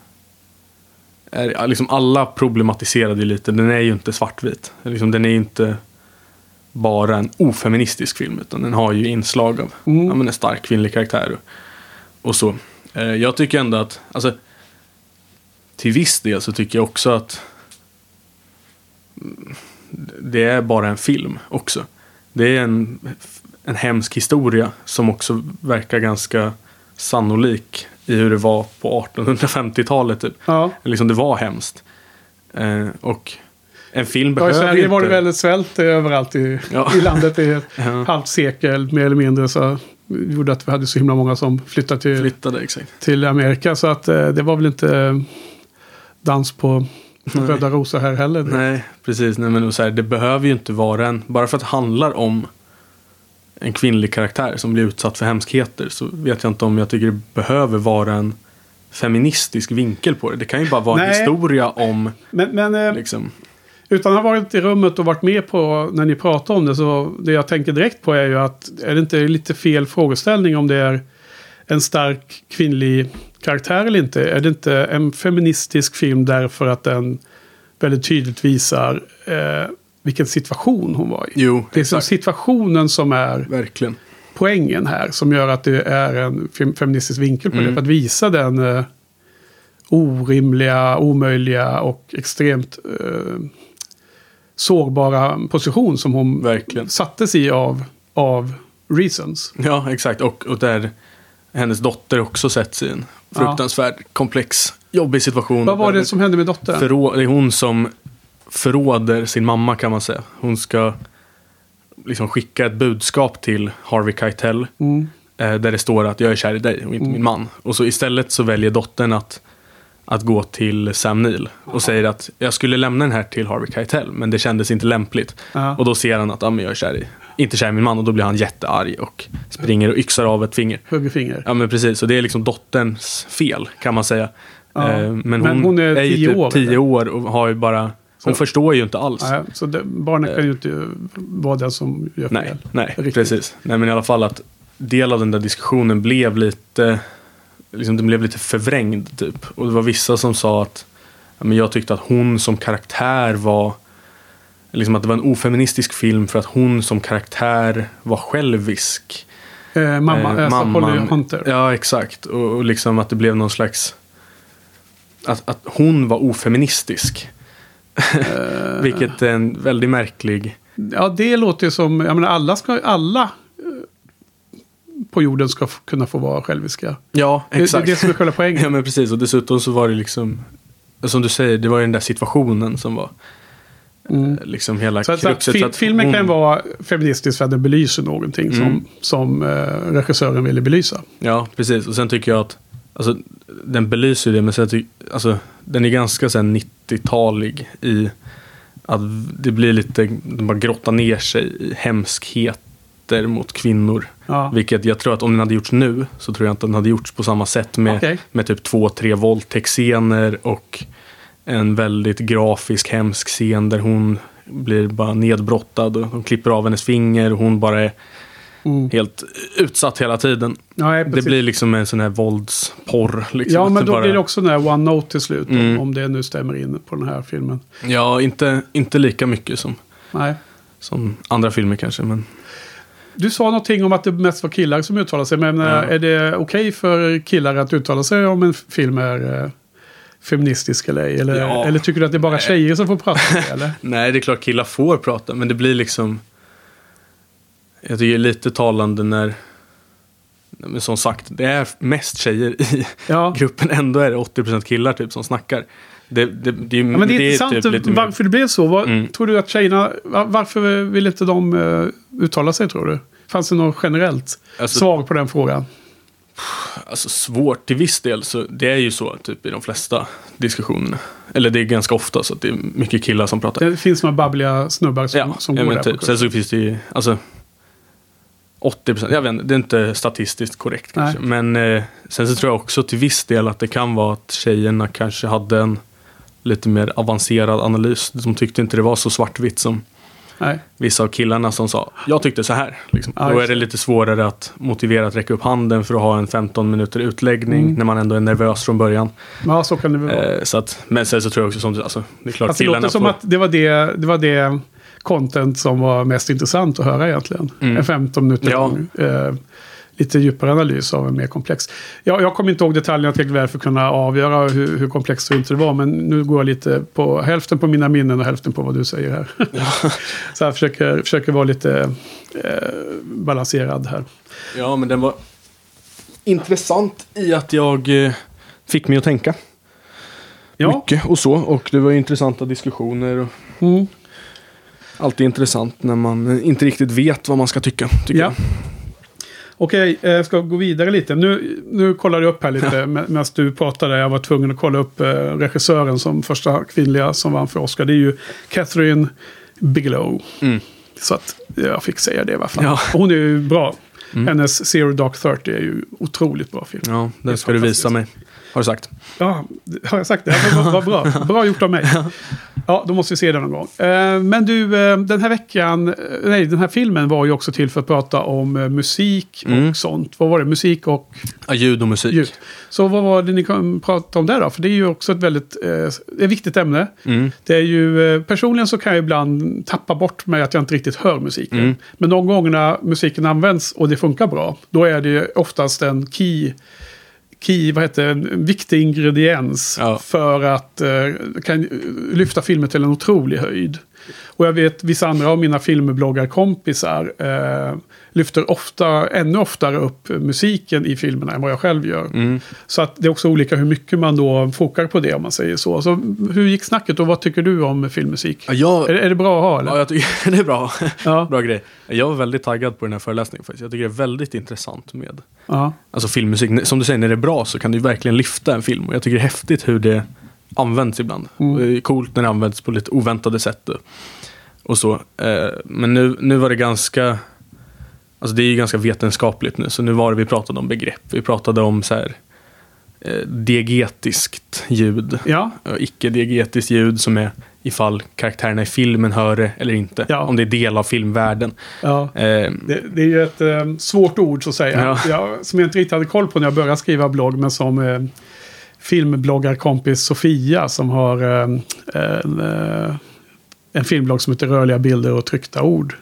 är liksom alla problematiserade lite. Den är ju inte svartvit. Liksom, den är ju inte bara en ofeministisk film, utan den har ju inslag av mm. ja, men en stark kvinnlig karaktär och, och så. Eh, jag tycker ändå att, alltså, till viss del så tycker jag också att det är bara en film också. Det är en, en hemsk historia som också verkar ganska sannolik i hur det var på artonhundrafemtiotalet typ. Ja. Liksom det var hemskt. Eh, och en film behöver ju inte... Det var det väldigt svält överallt i, ja. i landet i ett ja. halvt sekel mer eller mindre, så det gjorde att vi hade så himla många som flyttade till, Flyttade, exakt. till Amerika, så att eh, det var väl inte dans på röda rosor här heller. Nej, precis. Nej, men så här, det behöver ju inte vara en... Bara för att det handlar om en kvinnlig karaktär som blir utsatt för hemskheter, så vet jag inte om jag tycker det behöver vara en feministisk vinkel på det. Det kan ju bara vara Nej. en historia om... Men, men liksom... utan att ha varit i rummet och varit med på när ni pratar om det, så det jag tänker direkt på är ju att är det inte lite fel frågeställning om det är en stark kvinnlig karaktär eller inte? Är det inte en feministisk film därför att den väldigt tydligt visar eh, vilken situation hon var i? Jo, det är som situationen som är verkligen poängen här, som gör att det är en fem- feministisk vinkel på mm. det, för att visa den eh, orimliga, omöjliga och extremt eh, sårbara position som hon verkligen sattes i av, av Reasons. Ja, exakt. Och, och där hennes dotter också sätts i en fruktansvärd, ja. komplex, jobbig situation. Vad var det som hände med dottern? Förrå- det är hon som förråder sin mamma, kan man säga. Hon ska liksom skicka ett budskap till Harvey Keitel mm. eh, där det står att jag är kär i dig och inte mm. min man. Och så istället så väljer dottern att, att gå till Sam Neill och Aha. säger att jag skulle lämna den här till Harvey Keitel, men det kändes inte lämpligt. Aha. Och då ser han att ah, men jag är kär i, inte kär i min man, och då blir han jättearg och springer och yxar av ett finger. Hugger finger. Ja, men precis. Så det är liksom dotterns fel, kan man säga. Ja. Eh, men, men hon, hon är, är tio ju år, tio år och har ju bara... Hon så, förstår ju inte alls. Nej, så det, barnen kan ju inte vara den som gör fel. Nej, nej precis. Nej, men i alla fall att del av den där diskussionen blev lite... Liksom den blev lite förvrängd typ. Och det var vissa som sa att... Ja, men jag tyckte att hon som karaktär var... Liksom att det var en ofeministisk film för att hon som karaktär var självisk. Eh, mamma, eh, alltså Holly Hunter. Ja, exakt. Och, och liksom att det blev någon slags... Att, att hon var ofeministisk. Uh, Vilket är en väldigt märklig Ja, det låter ju som, jag menar alla ska, alla på jorden ska f- kunna få vara själviska. Ja, exakt. Det, det är det som är själva poängen. Ja, men precis. Och dessutom så var det liksom, som du säger, det var ju den där situationen som var mm. liksom hela så kruxet. Att, fil- att filmen hon... kan vara feministisk för att den belyser någonting mm. som, som eh, regissören ville belysa. Ja, precis. Och sen tycker jag att alltså, den belyser det, men sen ty- alltså, den är ganska så här, nittiotalig i att det blir lite, de bara grottar ner sig i hemskheter mot kvinnor. Ja. Vilket jag tror att om den hade gjorts nu så tror jag inte den hade gjorts på samma sätt med, okay. med typ två, tre våldtäktsscener och en väldigt grafisk hemsk scen där hon blir bara nedbrottad och de klipper av hennes finger och hon bara är mm. helt utsatt hela tiden. Ja, det blir liksom en sån här våldsporr. Liksom, ja, men då bara... blir det också den här one note till slut mm. om det nu stämmer in på den här filmen. Ja, inte, inte lika mycket som, Nej. som andra filmer kanske, men... Du sa någonting om att det mest var killar som uttalar sig, men ja. är det okej okay för killar att uttala sig om en film är... Eh... feministisk eller ej? Eller, ja. eller tycker du att det är bara tjejer som får prata? Eller? Nej, det är klart killar får prata. Men det blir liksom... Jag tycker det är lite talande när... Men som sagt, det är mest tjejer i ja. gruppen. Ändå är det åttio procent killar typ som snackar. Det, det, det, ja, men det är det intressant är typ lite varför det blev så. Var, mm. Tror du att tjejerna... Varför vill inte de uh, uttala sig, tror du? Fanns det något generellt alltså, svar på den frågan? Alltså svårt till viss del, så det är ju så typ i de flesta diskussionerna. Eller det är ganska ofta så att det är mycket killar som pratar. Det finns några babbliga snubbar som, ja, som ja, går men där typ. Sen så finns det ju alltså åttio procent, jag vet inte, det är inte statistiskt korrekt kanske. Men eh, sen så tror jag också till viss del att det kan vara att tjejerna kanske hade en lite mer avancerad analys. De tyckte inte det var så svartvitt som Nej. vissa av killarna som sa, jag tyckte så här. Liksom. Ja, Då är det lite svårare att motivera att räcka upp handen för att ha en femton minuter utläggning mm. när man ändå är nervös från början. Ja, så kan det vara. Eh, så att, men sen så tror jag också som alltså, det är klart alltså, killarna det låter som får... att det var det, det var det content som var mest intressant att höra egentligen. Mm. En femton minuter ja. lång. Eh, lite djupare analys av en mer komplex. Jag, jag kommer inte ihåg detaljerna tillräckligt väl för att kunna avgöra hur, hur komplext och inte det var. Men nu går jag lite på hälften på mina minnen och hälften på vad du säger här. Ja. Så jag försöker, försöker vara lite eh, balanserad här. Ja, men den var intressant i att jag eh, fick mig att tänka. Ja. Mycket och så. Och det var intressanta diskussioner. Och mm. Alltid intressant när man inte riktigt vet vad man ska tycka. Tycker ja. jag. Okej, jag ska gå vidare lite. Nu, nu kollar jag upp här lite ja. med, medan du pratade. Jag var tvungen att kolla upp eh, regissören som första kvinnliga som vann för Oscar. Det är ju Catherine Bigelow. Mm. Så att jag fick säga det i alla fall. Ja. Och hon är ju bra. Mm. Hennes Zero Dark Thirty är ju otroligt bra film. Ja, den ska du visa mig. Har du sagt? Ja, har jag sagt det? Vad var bra. Bra gjort av mig. Ja, då måste vi se den någon gång. Men du, den här veckan, nej, den här filmen var ju också till för att prata om musik och mm. sånt. Vad var det? Musik och... Ja, ljud och musik. Ljud. Så vad var det ni kan prata om där då? För det är ju också ett väldigt ett viktigt ämne. Mm. Det är ju, personligen så kan jag ibland tappa bort mig att jag inte riktigt hör musiken. Mm. Men de gångerna musiken används och det funkar bra, då är det oftast en key... Key, vad heter en viktig ingrediens ja. för att eh, kan lyfta filmen till en otrolig höjd. Och jag vet vissa andra av mina filmbloggarkompisar eh, lyfter ofta, ännu oftare upp musiken i filmerna än vad jag själv gör. Mm. Så att det är också olika hur mycket man då fokar på det, om man säger så. Så hur gick snacket och vad tycker du om filmmusik? Ja, jag, är, är det bra att ha? Eller? Ja, jag tycker det är bra. Ja. Bra grej. Jag var väldigt taggad på den här föreläsningen faktiskt. Jag tycker det är väldigt intressant med ja. alltså filmmusik. Som du säger, när det är bra så kan du verkligen lyfta en film. Och jag tycker det är häftigt hur det används ibland. Mm. Det är coolt när det används på lite oväntade sätt. Och så. Men nu, nu var det ganska... Alltså det är ju ganska vetenskapligt nu. Så nu var det vi pratade om begrepp. Vi pratade om så här... Eh, diegetiskt ljud. Ja. Icke-diegetiskt ljud som är ifall karaktärerna i filmen hör det eller inte. Ja. Om det är del av filmvärlden. Ja. Eh, det, det är ju ett eh, svårt ord så att säga. Ja. Jag, som jag inte riktigt hade koll på när jag började skriva blogg. Men som eh, filmbloggarkompis Sofia som har eh, en, eh, en filmblogg som heter Rörliga bilder och tryckta ord.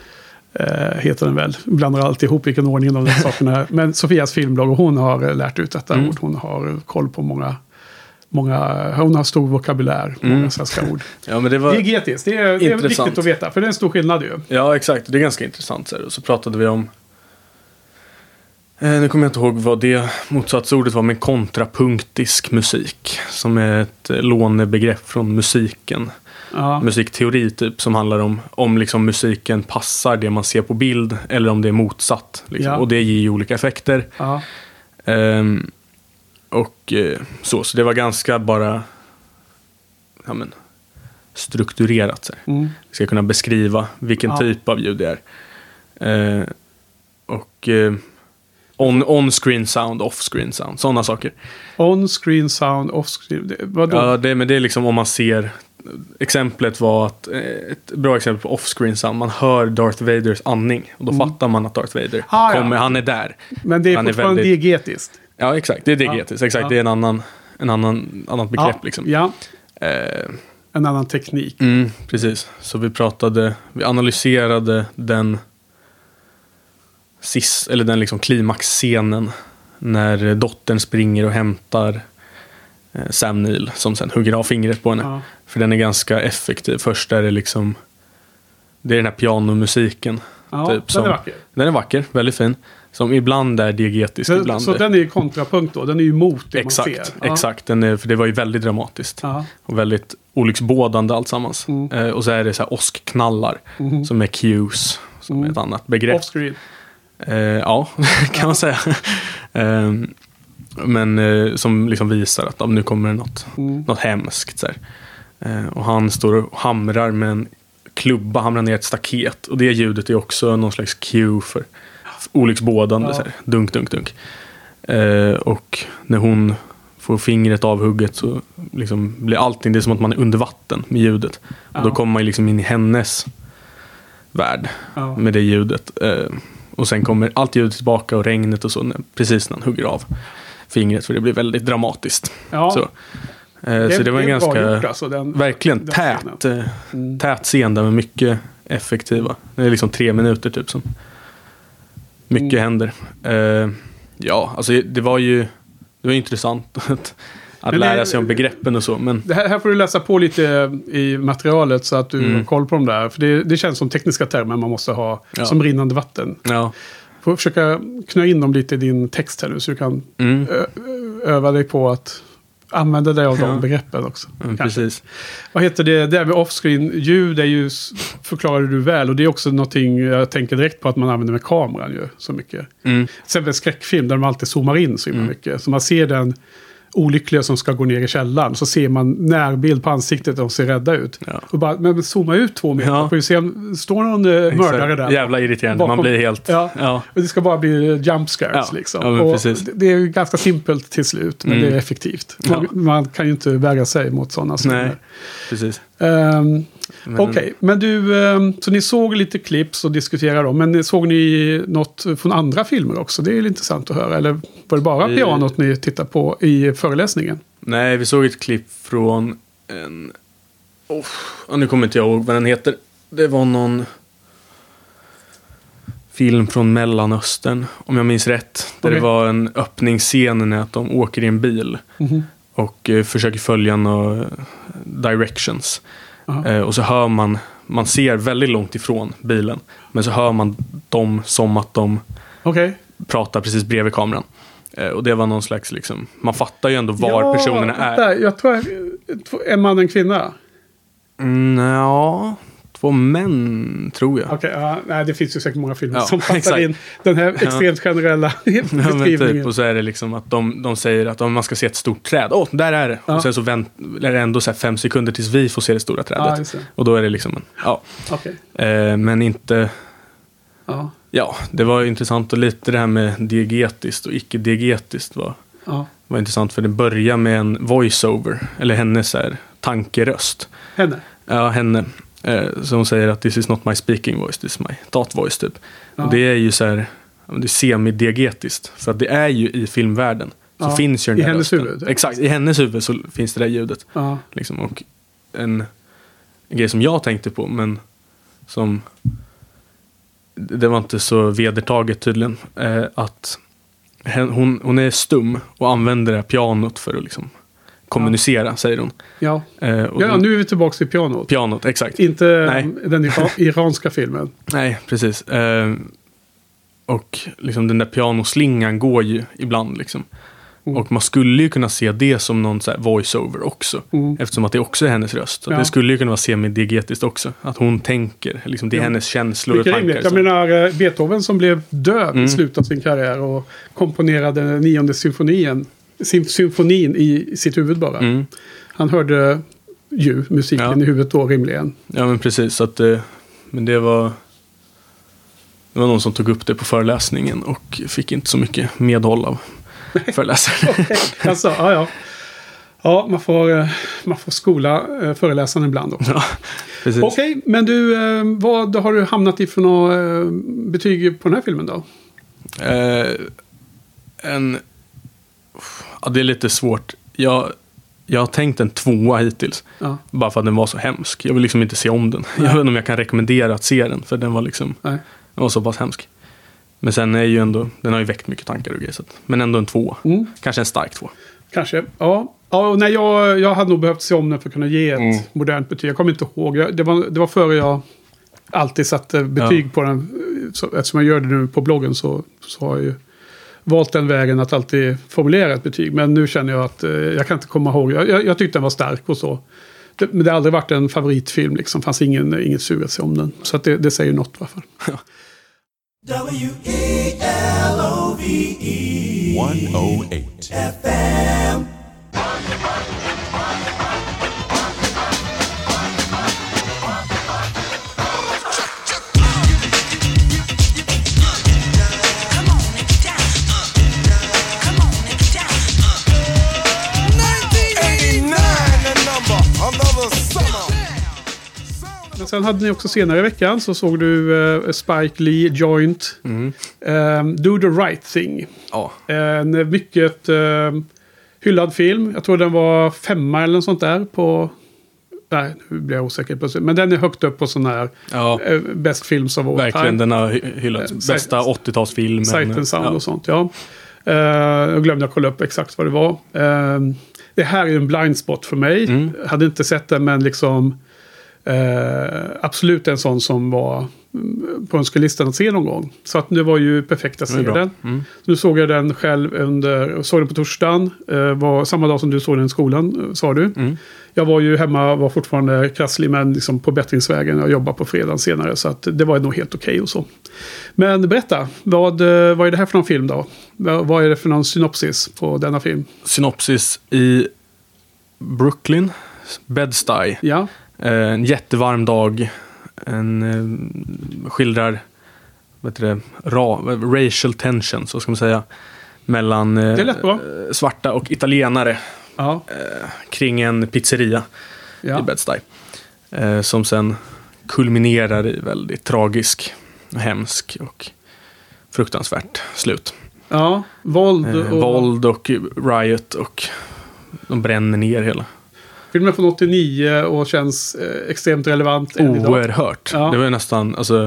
Uh, heter den väl. Blandar alltid ihop vilken ordning de där sakerna är. Men Sofias filmblogg, och hon har lärt ut detta mm. ord. Hon har koll på många många, hon har stor vokabulär, många Mm. svenska ord. Ja, men det var Diegetiskt, det är, det är viktigt att veta, för det är en stor skillnad ju. Ja, exakt. Det är ganska intressant. Så, här. Och så pratade vi om... Eh, nu kommer jag inte ihåg vad det motsatsordet var, men kontrapunktisk musik. Som är ett eh, lånebegrepp från musiken. Ja. Musikteori typ, som handlar om om liksom musiken passar det man ser på bild eller om det är motsatt. Liksom. Ja. Och det ger ju olika effekter. Ja. Ehm, och eh, så, så det var ganska bara ja, men, strukturerat. Så här. Mm. Jag ska kunna beskriva vilken Ja. typ av ljud det är. Eh, och eh, on, on-screen sound, off-screen sound, sådana saker. On-screen sound, off-screen, det, vadå? Ja, det, men det är liksom om man ser... Exemplet var att, eh, ett bra exempel på off-screen sound, man hör Darth Vaders andning och då Mm. fattar man att Darth Vader Ah, ja. kommer, han är där. Men det är Han är fortfarande väldigt- diegetiskt. Ja, exakt, det är diegetiskt, Ja. exakt, Ja. det är en annan, en annan annat begrepp Ja. liksom. Ja, Eh, en annan teknik. mm, precis, så vi pratade, vi analyserade den sist, eller den liksom klimaxscenen när dottern springer och hämtar eh, Sam Neill som sen hugger av fingret på henne. Ja. För den är ganska effektiv. Först är det liksom det är den här pianomusiken. Ja, typ, den som, är vacker. Den är vacker, väldigt fin. Som ibland är diegetisk, Så, ibland så är, den är ju kontrapunkt då, den är ju emot det exakt, man ser. Ja. exakt. Den är, för det var ju väldigt dramatiskt. Ja. Och väldigt olycksbådande alltsammans. Mm. Eh, och så är det så här åskknallar Mhm. som är cues, som Mm. är ett annat begrepp. Off-screen. Eh, ja, kan man säga. eh, men eh, som liksom visar att ja, nu kommer det något, Mm. något hemskt. Så här. Eh, och han står och hamrar med en klubba, hamrar ner ett staket. Och det ljudet är också någon slags cue för olycksbådande. Ja. Så här. Dunk, dunk, dunk. Eh, och när hon får fingret avhugget så liksom blir allting, det är som att man är under vatten med ljudet. Ja. Och då kommer man liksom in i hennes värld Ja. med det ljudet. Eh, och sen kommer allt ljudet tillbaka och regnet och så, när, precis när han hugger av fingret, för det blir väldigt dramatiskt. Ja. Så, eh, så det var en är bra ganska, gjort, alltså, den, verkligen den tät, scenen. eh, Mm. tät scen där med mycket effektiva. Det är liksom tre minuter typ som mycket Mm. händer. Eh, ja, alltså det var ju det var intressant att, att Men lära det- sig om begreppen och så, men Det här, här får du läsa på lite i materialet så att du Mm. har koll på dem där. För det, det känns som tekniska termer man måste ha Ja. som rinnande vatten. ja. Får försöka knö in dem lite i din text här nu så du kan Mm. ö, ö, öva dig på att använda dig av de Ja. begreppen också. Mm, kanske. precis. Vad heter det? Det här med offscreen ljud är ju, förklarar du väl. Och det är också någonting jag tänker direkt på att man använder med kameran ju så mycket. Mm. Till exempel skräckfilm där de alltid zoomar in så himla Mm. mycket. Så man ser den olyckliga som ska gå ner i källaren. Så ser man närbild på ansiktet och de ser rädda ut. Ja. Och bara, men zooma ut två meter. Ja. Får vi se om står någon eh, mördare där. Jävla irriterande, Bakom- man blir helt... Ja. Ja. Och det ska bara bli jump scares Ja. liksom. Ja, men och precis. det- det är ju ganska simpelt till slut. Men Mm. det är effektivt. Man, man kan ju inte värja sig mot sådana Nej, scener. precis. Um, Men- Okej, men du, ehm, så ni såg lite clips och diskuterade dem. Men såg ni något från andra filmer också? Det är ju intressant att höra. Eller var det bara Vi- pianot ni tittade på i föreläsningen? Nej, vi såg ett klipp från en... Oh, ja, nu kommer inte jag ihåg vad den heter. Det var någon film från Mellanöstern, om jag minns rätt. Där Okej. det var en öppningsscen när att de åker i en bil Mhm. och eh, försöker följa några directions. Aha. Eh, och så hör man, man ser väldigt långt ifrån bilen, men så hör man dem som att de Okej. pratar precis bredvid kameran. Eh, och det var någon slags, liksom, man fattar ju ändå var Ja, personerna är. vänta, jag tror jag, en man och en kvinna. Mm, ja, två män tror jag. Okej, ja, nej, det finns ju säkert många filmer Ja, som passar exakt. in den här extremt generella Ja, men beskrivningen. typ, och så är det liksom att de, de säger att om man ska se ett stort träd, åh, där är det. Ja. Och sen så vänt, är det ändå så här fem sekunder tills vi får se det stora trädet. Ja, just det. Och då är det liksom, en, ja. Okej. Eh, men inte, Ja, ja, det var intressant och lite det här med diegetiskt och icke-diegetiskt var, ja. var intressant, för det börjar med en voiceover, eller hennes så här, tankeröst. Henne. Ja, henne. Eh, så hon säger att this is not my speaking voice, this is my thought voice typ. Ja. Och det är ju så här, ja, det är semi-diegetiskt. För att det är ju i filmvärlden. Så Ja, finns ju den i där hennes rösten. huvud. Exakt, i hennes huvud så finns det där ljudet. Ja. Liksom. Och en, en grej som jag tänkte på, men som det var inte så vedertaget tydligen, eh, att hen, hon, hon är stum och använder det här pianot för att liksom kommunicera, ja. säger hon. Ja, eh, och ja då, nu är vi tillbaka till pianot. Pianot, exakt. Inte Nej. den iranska filmen. Nej, precis. Eh, och liksom den där pianoslingan går ju ibland liksom. Mm. Och man skulle ju kunna se det som någon så här voice-over också. Mm. Eftersom att det också är hennes röst. Så ja. Det skulle ju kunna vara semi-diegetiskt också. Att hon tänker, liksom, det är ja. hennes känslor och tankar. Jag menar, Beethoven som blev död mm. i slutet av sin karriär och komponerade nionde symfonien, symfonin i sitt huvud bara. Mm. Han hörde ju musiken ja. i huvudet då rimligen. Ja, men precis. Så att, men det var... Det var någon som tog upp det på föreläsningen och fick inte så mycket medhåll av föreläsaren. Okay. Alltså, ja, ja. Ja, man får, man får skola föreläsaren ibland också. Ja, precis. Okej, okay, men du, vad har du hamnat i för några betyg på den här filmen då? Eh, en... Ja, det är lite svårt. Jag... Jag har tänkt en tvåa hittills. Ja. Bara för att den var så hemsk. Jag vill liksom inte se om den. Nej. Jag vet inte om jag kan rekommendera att se den. För den var liksom... Nej. Den var så pass hemsk. Men sen är ju ändå... Den har ju väckt mycket tankar och grejer. Så att, men ändå en tvåa. Mm. Kanske en stark tvåa. Kanske, ja. Ja, och nej, jag, jag hade nog behövt se om den för att kunna ge ett mm. modernt betyg. Jag kommer inte ihåg. Jag, det, var, det var före jag alltid satte betyg ja. på den. Så, eftersom jag gör det nu på bloggen så, så har jag ju valt den vägen att alltid formulera ett betyg. Men nu känner jag att eh, jag kan inte komma ihåg. Jag, jag, jag tyckte den var stark och så. Det, men det har aldrig varit en favoritfilm. Liksom. Det fanns ingen, inget surelse om den. Så att det, det säger något i alla fall. W E L O V E one oh eight F M. Men sen hade ni också senare i veckan så såg du uh, Spike Lee Joint mm. um, Do the Right Thing. Ja. En mycket uh, hyllad film. Jag tror den var femma eller något sånt där på... Nej, nu blir jag osäker på det. Men den är högt upp på sån här ja. uh, bäst film som var. Verkligen, den har hyllats. Uh, Bästa åttiotalsfilmen. Sight and Sound ja. och sånt, ja. Uh, jag glömde att kolla upp exakt vad det var. Uh, det här är en blind spot för mig. Mm. Jag hade inte sett den, men liksom... Uh, absolut en sån som var på önskelistan att se någon gång. Så att det var ju perfekt att se den. Mm. Nu såg jag den själv under, såg den på torsdagen. Uh, var samma dag som du såg den i skolan, sa du. Mm. Jag var ju hemma, var fortfarande krasslig, men liksom på bättringsvägen. Jag jobbar på fredagen senare, så att det var nog helt okej okay och så. Men berätta, vad, vad är det här för någon film då? Vad är det för någon synopsis på denna film? Synopsis i Brooklyn, Bed-Stuy. Ja. En jättevarm dag. En eh, skildrar vad heter det, ra, racial tension, så ska man säga, mellan eh, svarta och italienare eh, kring en pizzeria ja. i Bed-Stuy. Eh, som sen kulminerar i väldigt tragisk, hemsk och fruktansvärt slut. Ja, våld och... Eh, våld och riot, och de bränner ner hela. Filmen från åttionio och känns eh, extremt relevant än idag. Oerhört. Ja. Det var nästan, alltså,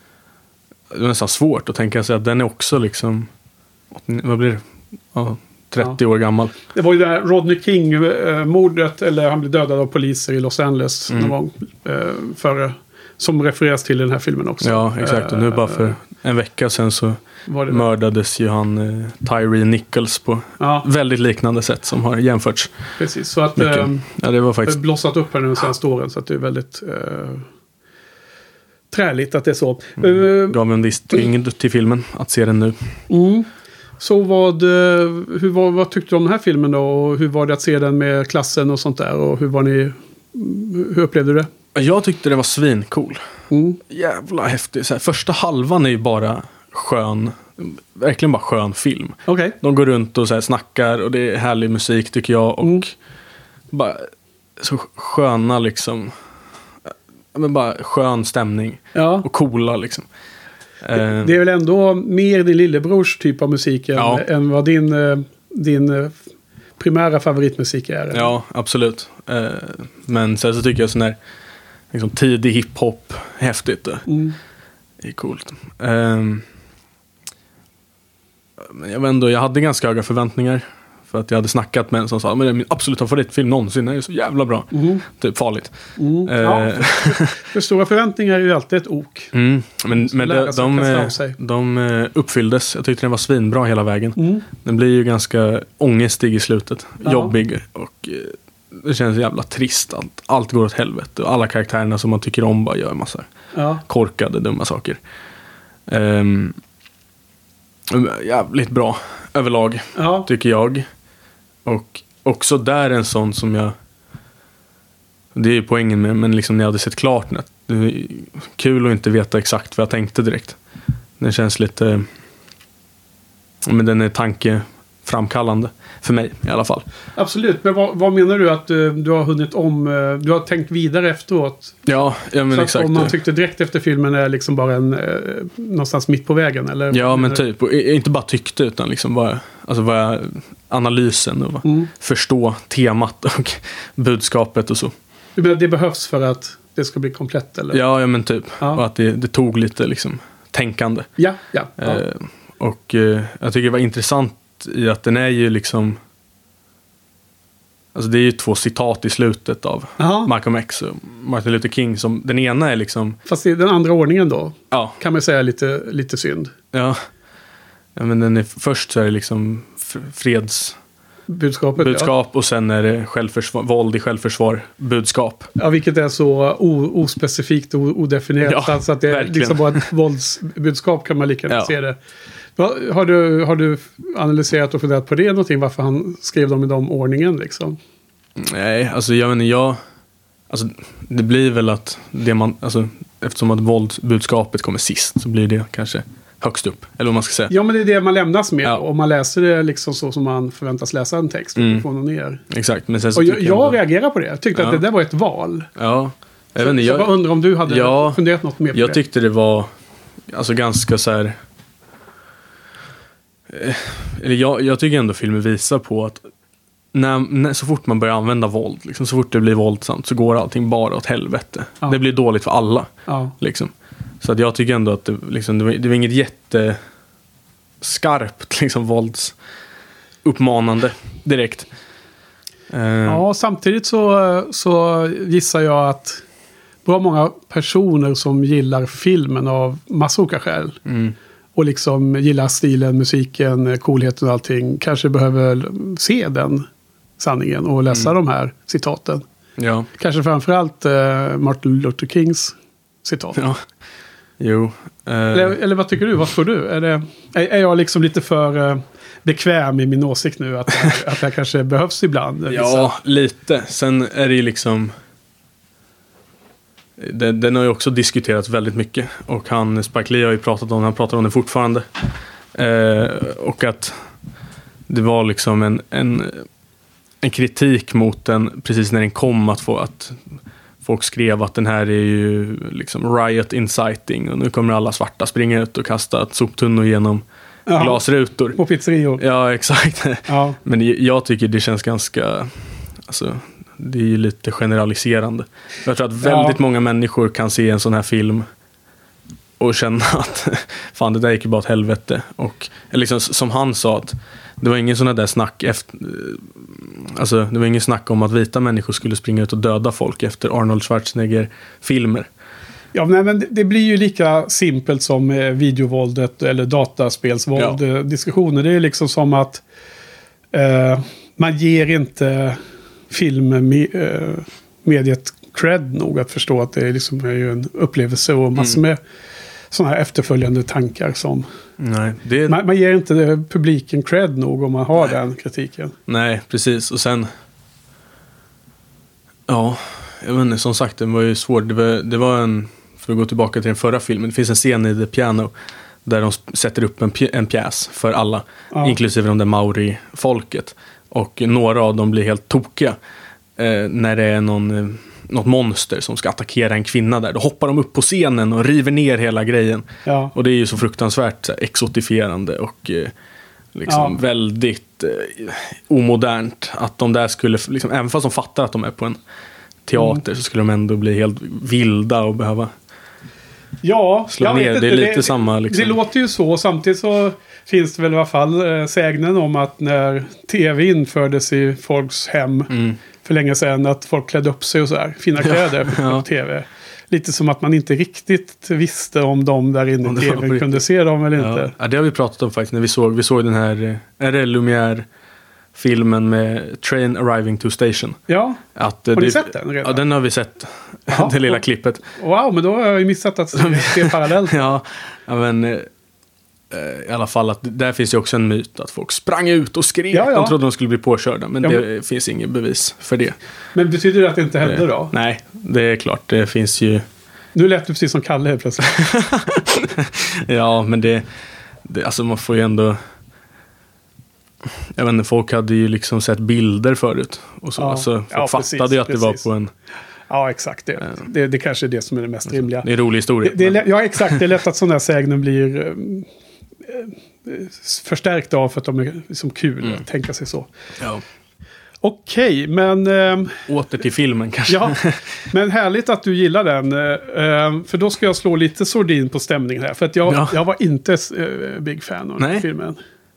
det var nästan svårt att tänka sig att den är också liksom, vad blir det? Ja, trettio ja. år gammal. Det var ju det här Rodney King-mordet, eller han blev dödad av poliser i Los Angeles mm. någon gång eh, före, som refereras till i den här filmen också. Ja, exakt. Och nu bara för en vecka sedan så mördades ju han eh, Tyree Nichols på ja. väldigt liknande sätt som har jämförts. Precis, så att eh, ja, det var faktiskt blossat upp här nu de senaste åren, så att det är väldigt eh, träligt att det är så. Mm. Uh, Gav en viss tyngd till filmen att se den nu. Mm. Så vad, hur var, vad tyckte du om den här filmen då? Och hur var det att se den med klassen och sånt där? Och hur var ni, hur upplevde du det? Jag tyckte det var svincool. Mm. Jävla häftigt. Så här, första halvan är ju bara skön, verkligen bara skön film. Okay. De går runt och så här snackar, och det är härlig musik tycker jag, och mm. bara så sköna liksom, men bara skön stämning ja. och coola liksom. Det, det är väl ändå mer din lillebrors typ av musik än, ja. än vad din, din primära favoritmusik är. Eller? Ja, absolut. Men sen så tycker jag sån här liksom tidig hiphop häftigt. Mm. Det är coolt. Men jag vet ändå, jag hade ganska höga förväntningar För att jag hade snackat med en som sa, men det är min absoluta favoritfilm någonsin, det är så jävla bra. Mm. Typ farligt. Mm. Eh. Ja, för, för stora förväntningar är ju alltid ett ok. Mm. Men, men de, de, de uppfylldes. Jag tyckte den var svinbra hela vägen. Mm. Den blir ju ganska ångestig i slutet. Ja. Jobbig. Och det känns jävla trist. Allt, allt går åt helvete. Och alla karaktärerna som man tycker om bara gör en massa ja. korkade, dumma saker. Um, jävligt bra överlag, ja. tycker jag. Och också där en sån som jag, det är ju poängen med, men liksom när jag hade sett klart det är kul att inte veta exakt vad jag tänkte direkt. Den känns lite, men den är tankeframkallande för mig i alla fall. Absolut, men vad, vad menar du att du, du har hunnit om, du har tänkt vidare efteråt? Ja, ja men så exakt. Om man tyckte direkt efter filmen är liksom bara en eh, någonstans mitt på vägen, eller? Ja, men typ, och inte bara tyckte utan liksom bara, alltså vad jag, analysen och mm. förstå temat och budskapet och så. Du menar det behövs för att det ska bli komplett, eller? Ja, ja men typ. Ja. Och att det, det tog lite liksom tänkande. Ja, ja. ja. Eh, och eh, jag tycker det var intressant i att den är ju liksom, alltså det är ju två citat i slutet av Aha. Malcolm X och Martin Luther King, som den ena är liksom, fast i den andra ordningen då, ja. kan man säga lite, lite synd. Ja. Ja, men den är, först så är det liksom freds budskapet, budskap ja. Och sen är det självförsvar, våld i självför budskap. Ja, vilket är så o, ospecifikt och odefinierat. Ja, alltså att det är verkligen. Liksom bara ett våldsbudskap, kan man lika ja. se det. Har du, har du analyserat och funderat på det någonting? Varför han skrev dem i de ordningen liksom? Nej, alltså jag menar, jag alltså det blir väl att det man, alltså eftersom att våldsbudskapet kommer sist så blir det kanske högst upp, eller vad man ska säga. Ja, men det är det man lämnas med. Ja. Om man läser det liksom så som man förväntas läsa en text. Mm. Får någon ner. Exakt. Men sen så och jag, jag ändå... reagerar på det. Jag tyckte ja. att det där var ett val. Ja. Jag, så, inte, jag... så jag undrar om du hade ja, funderat något mer på jag det. Jag tyckte det var alltså ganska så här... Eller jag, jag tycker ändå filmen visar på att när, när, så fort man börjar använda våld, liksom, så fort det blir våldsamt så går allting bara åt helvete. Ja. Det blir dåligt för alla. Ja. Liksom. Så att jag tycker ändå att det, liksom, det, var, det var inget jätteskarpt liksom, våldsuppmanande direkt. Uh. Ja, samtidigt så, så gissar jag att bra många personer som gillar filmen av massa olika skäl mm. och liksom gillar stilen, musiken, coolheten och allting, kanske behöver se den sanningen och läsa mm. de här citaten. Ja. Kanske framförallt uh, Martin Luther Kings citat. Ja. Jo. Uh... Eller, eller vad tycker du? Vad tror du? Är, det, är, är jag liksom lite för uh, bekväm i min åsikt nu att, att det kanske behövs ibland? Ja, vissa... lite. Sen är det ju liksom... Den, den har ju också diskuterats väldigt mycket. Och han, Spike Lee har ju pratat om, han pratar om det fortfarande. Uh, och att det var liksom en, en, en kritik mot den precis när den kom, att få att... Folk skrev att den här är ju liksom riot inciting och nu kommer alla svarta springa ut och kasta soptunnor genom ja, glasrutor. På pizzerior. Ja, exakt. Ja. Men jag tycker det känns ganska, alltså, det är ju lite generaliserande. Jag tror att väldigt ja. många människor kan se en sån här film och känna att fan, det där gick ju bara åt helvete. Och liksom, som han sa, att det var ingen sån där snack efter, alltså det var ingen snack om att vita människor skulle springa ut och döda folk efter Arnold Schwarzenegger-filmer. Ja, nej, men det blir ju lika simpelt som videovåldet eller dataspelsvåld ja. diskussioner. Det är liksom som att eh, man ger inte filmmediet cred nog att förstå att det är, liksom, är ju en upplevelse och massor med mm. sådana här efterföljande tankar som... Nej, det... man, man ger inte publiken cred nog om man har Nej. den kritiken. Nej, precis. Och sen... Ja, jag vet inte, som sagt, det var ju svårt. Det var, det var en... För att gå tillbaka till den förra filmen. Det finns en scen i The Piano där de sätter upp en, pj- en pjäs för alla. Ja. Inklusive de där Maori-folket. Och några av dem blir helt tokiga. Eh, när det är någon... Eh, något monster som ska attackera en kvinna där. Då hoppar de upp på scenen och river ner hela grejen. Ja. Och det är ju så fruktansvärt så här, exotifierande och eh, liksom ja. väldigt eh, omodernt att de där skulle, liksom, även fast de fattar att de är på en teater mm. så skulle de ändå bli helt vilda och behöva Ja, slå ner. Det är lite det, samma. Liksom. Det låter ju så. Samtidigt så finns det väl i alla fall eh, sägnen om att när tv infördes i folks hem mm. för länge sedan, att folk klädde upp sig och så här. Fina kläder på ja. tv. Lite som att man inte riktigt visste om de där inne i tvn kunde se dem eller ja. inte. Ja, det har vi pratat om faktiskt när vi såg, vi såg den här R L Lumière filmen med Train Arriving to Station. Ja, att, har det, ni sett den redan? Ja, den har vi sett. Jaha, det lilla och, klippet. Wow, men då har jag ju missat att det är parallellt. ja, ja, men eh, i alla fall att där finns ju också en myt att folk sprang ut och skrek. Ja, ja. De trodde de skulle bli påkörda, men ja, det men... finns ingen bevis för det. Men betyder det att det inte hände det, då? Nej, det är klart. Det finns ju... Nu lät du precis som Kalle helt plötsligt. ja, men det, det... Alltså man får ju ändå... Jag vet inte, folk hade ju liksom sett bilder förut. Och så, ja, alltså, folk ja, fattade precis, ju att det precis. var på en... Ja, exakt. Det, det, det kanske är det som är det mest rimliga. Det är en rolig historia. Det, det är, ja, exakt. Det är lätt att sådana här sägnen blir eh, förstärkta av för att de är liksom kul mm. att tänka sig så. Ja. Okej, men... Eh, Åter till filmen kanske. Ja, men härligt att du gillar den. Eh, för då ska jag slå lite sordin på stämningen här. För att jag, ja. jag var inte eh, big fan av den filmen.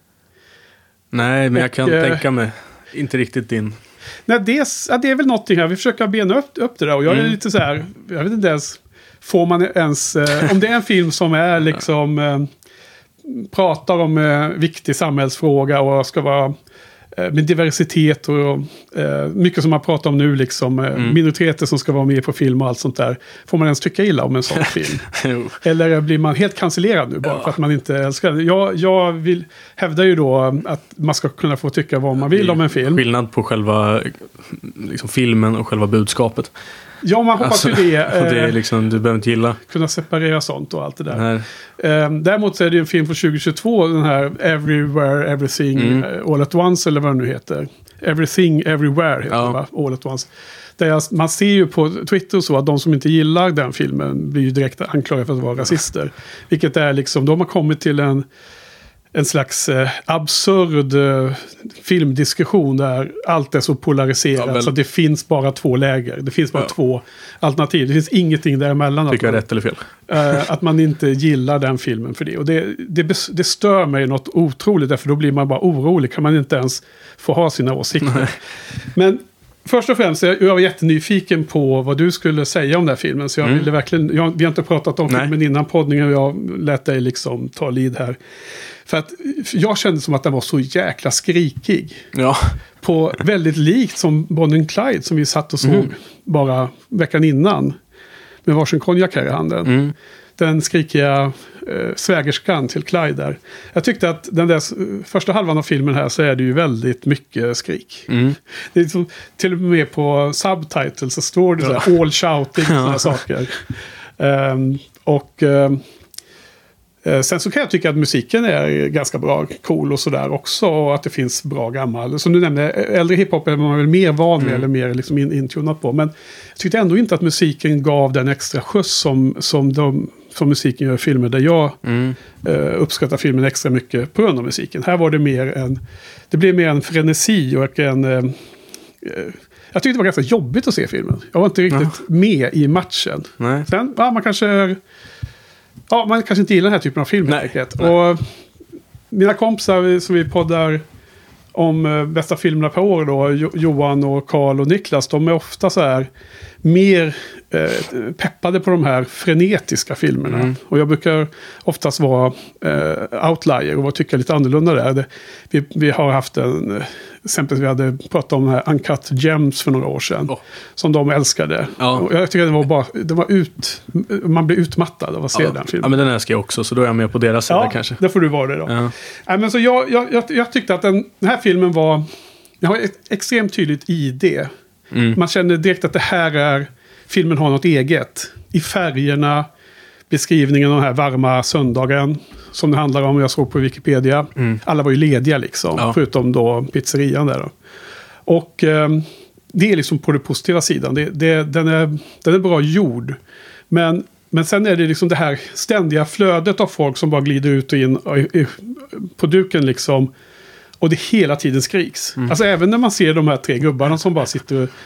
Nej, men och, jag kan eh, tänka mig. Inte riktigt din... Nej, det är, ja, det är väl någonting här. Vi försöker bena upp, upp det där. Och jag är mm. lite så här... Jag vet inte ens... Får man ens... Eh, om det är en film som är liksom... Eh, pratar om eh, viktig samhällsfråga och ska vara... med diversitet och eh, mycket som man pratar om nu liksom eh, mm. minoriteter som ska vara med på film och allt sånt där. Får man ens tycka illa om en sån film? Eller blir man helt cancellerad nu bara ja. för att man inte älskar den? Jag, jag vill hävda ju då att man ska kunna få tycka vad man vill om en film. Skillnad på själva liksom, filmen och själva budskapet. Ja, man hoppas alltså, ju det. Eh, det är liksom, du behöver inte gilla. Kunna separera sånt och allt det där. Eh, däremot så är det ju en film från tjugo tjugotvå, den här Everywhere, Everything, mm. uh, All at Once, eller vad det nu heter. Everything, Everywhere heter ja. det, va? All at Once. Där jag, man ser ju på Twitter och så att de som inte gillar den filmen blir ju direkt anklagade för att vara rasister. Vilket är liksom, då har man kommit till en en slags eh, absurd eh, filmdiskussion där allt är så polariserat ja, så det finns bara två läger. Det finns bara ja. två alternativ. Det finns ingenting däremellan. Tycker jag rätt eller fel? Eh, att man inte gillar den filmen för det. Och det, det, det stör mig något otroligt, därför då blir man bara orolig. Kan man inte ens få ha sina åsikter. Nej. Men först och främst, jag var jättenyfiken på vad du skulle säga om den här filmen. Så jag mm. ville verkligen, jag, vi har inte pratat om Nej. filmen innan poddningen och jag lät dig liksom ta lead här. För att jag kände som att den var så jäkla skrikig. Ja. På väldigt likt som Bonnie and Clyde som vi satt och såg mm. bara veckan innan. Med varsin konjak här i handen. Mm. Den skrikiga eh, svägerskan till Clyde där. Jag tyckte att den där första halvan av filmen här så är det ju väldigt mycket skrik. Mm. Det är liksom, till och med på subtitles så står det ja. så här, all shouting och sådana saker. Um, och... Um, Sen så kan jag tycka att musiken är ganska bra, cool och sådär också. Och att det finns bra gammal. Som du nämnde, äldre hiphop är man väl mer van med mm. eller mer liksom in, intunat på. Men jag tyckte ändå inte att musiken gav den extra skjuts som, som, de, som musiken gör i filmer. Där jag mm. uh, uppskattar filmen extra mycket på grund av musiken. Här var det mer en, det blev mer en frenesi och en... Uh, uh, jag tyckte det var ganska jobbigt att se filmen. Jag var inte riktigt ja. med i matchen. Nej. Sen, ja, man kanske... Är, Ja, man kanske inte gillar den här typen av film. Nej, nej. Och mina kompisar som vi poddar om uh, bästa filmerna per år då, jo- Johan och Karl och Niklas, de är ofta så här mer uh, peppade på de här frenetiska filmerna. Mm. Och jag brukar oftast vara uh, outlier och tycka lite annorlunda där. Det, vi, vi har haft en... Uh, exempelvis vi hade pratat om den här Uncut Gems för några år sedan. Oh. Som de älskade. Ja. Och jag tycker att det var bara... Det var ut, man blir utmattad av att se ja. den filmen. Ja, men den älskar jag också. Så då är jag med på deras sida ja, kanske. Ja, det får du vara det då. Ja. Nej, men så jag, jag, jag, jag tyckte att den, den här filmen var... Jag har ett extremt tydligt I D. Mm. Man känner direkt att det här är... Filmen har något eget. I färgerna... Beskrivningen av den här varma söndagen som det handlar om, jag såg på Wikipedia. Mm. Alla var ju lediga liksom, ja. förutom då pizzerian där då. Och eh, det är liksom på den positiva sidan. Det, det, den, är, den är bra gjord. Men, men sen är det liksom det här ständiga flödet av folk som bara glider ut och in i, i, på duken liksom. Och det hela tiden skriks. Mm. Alltså även när man ser de här tre gubbarna som bara sitter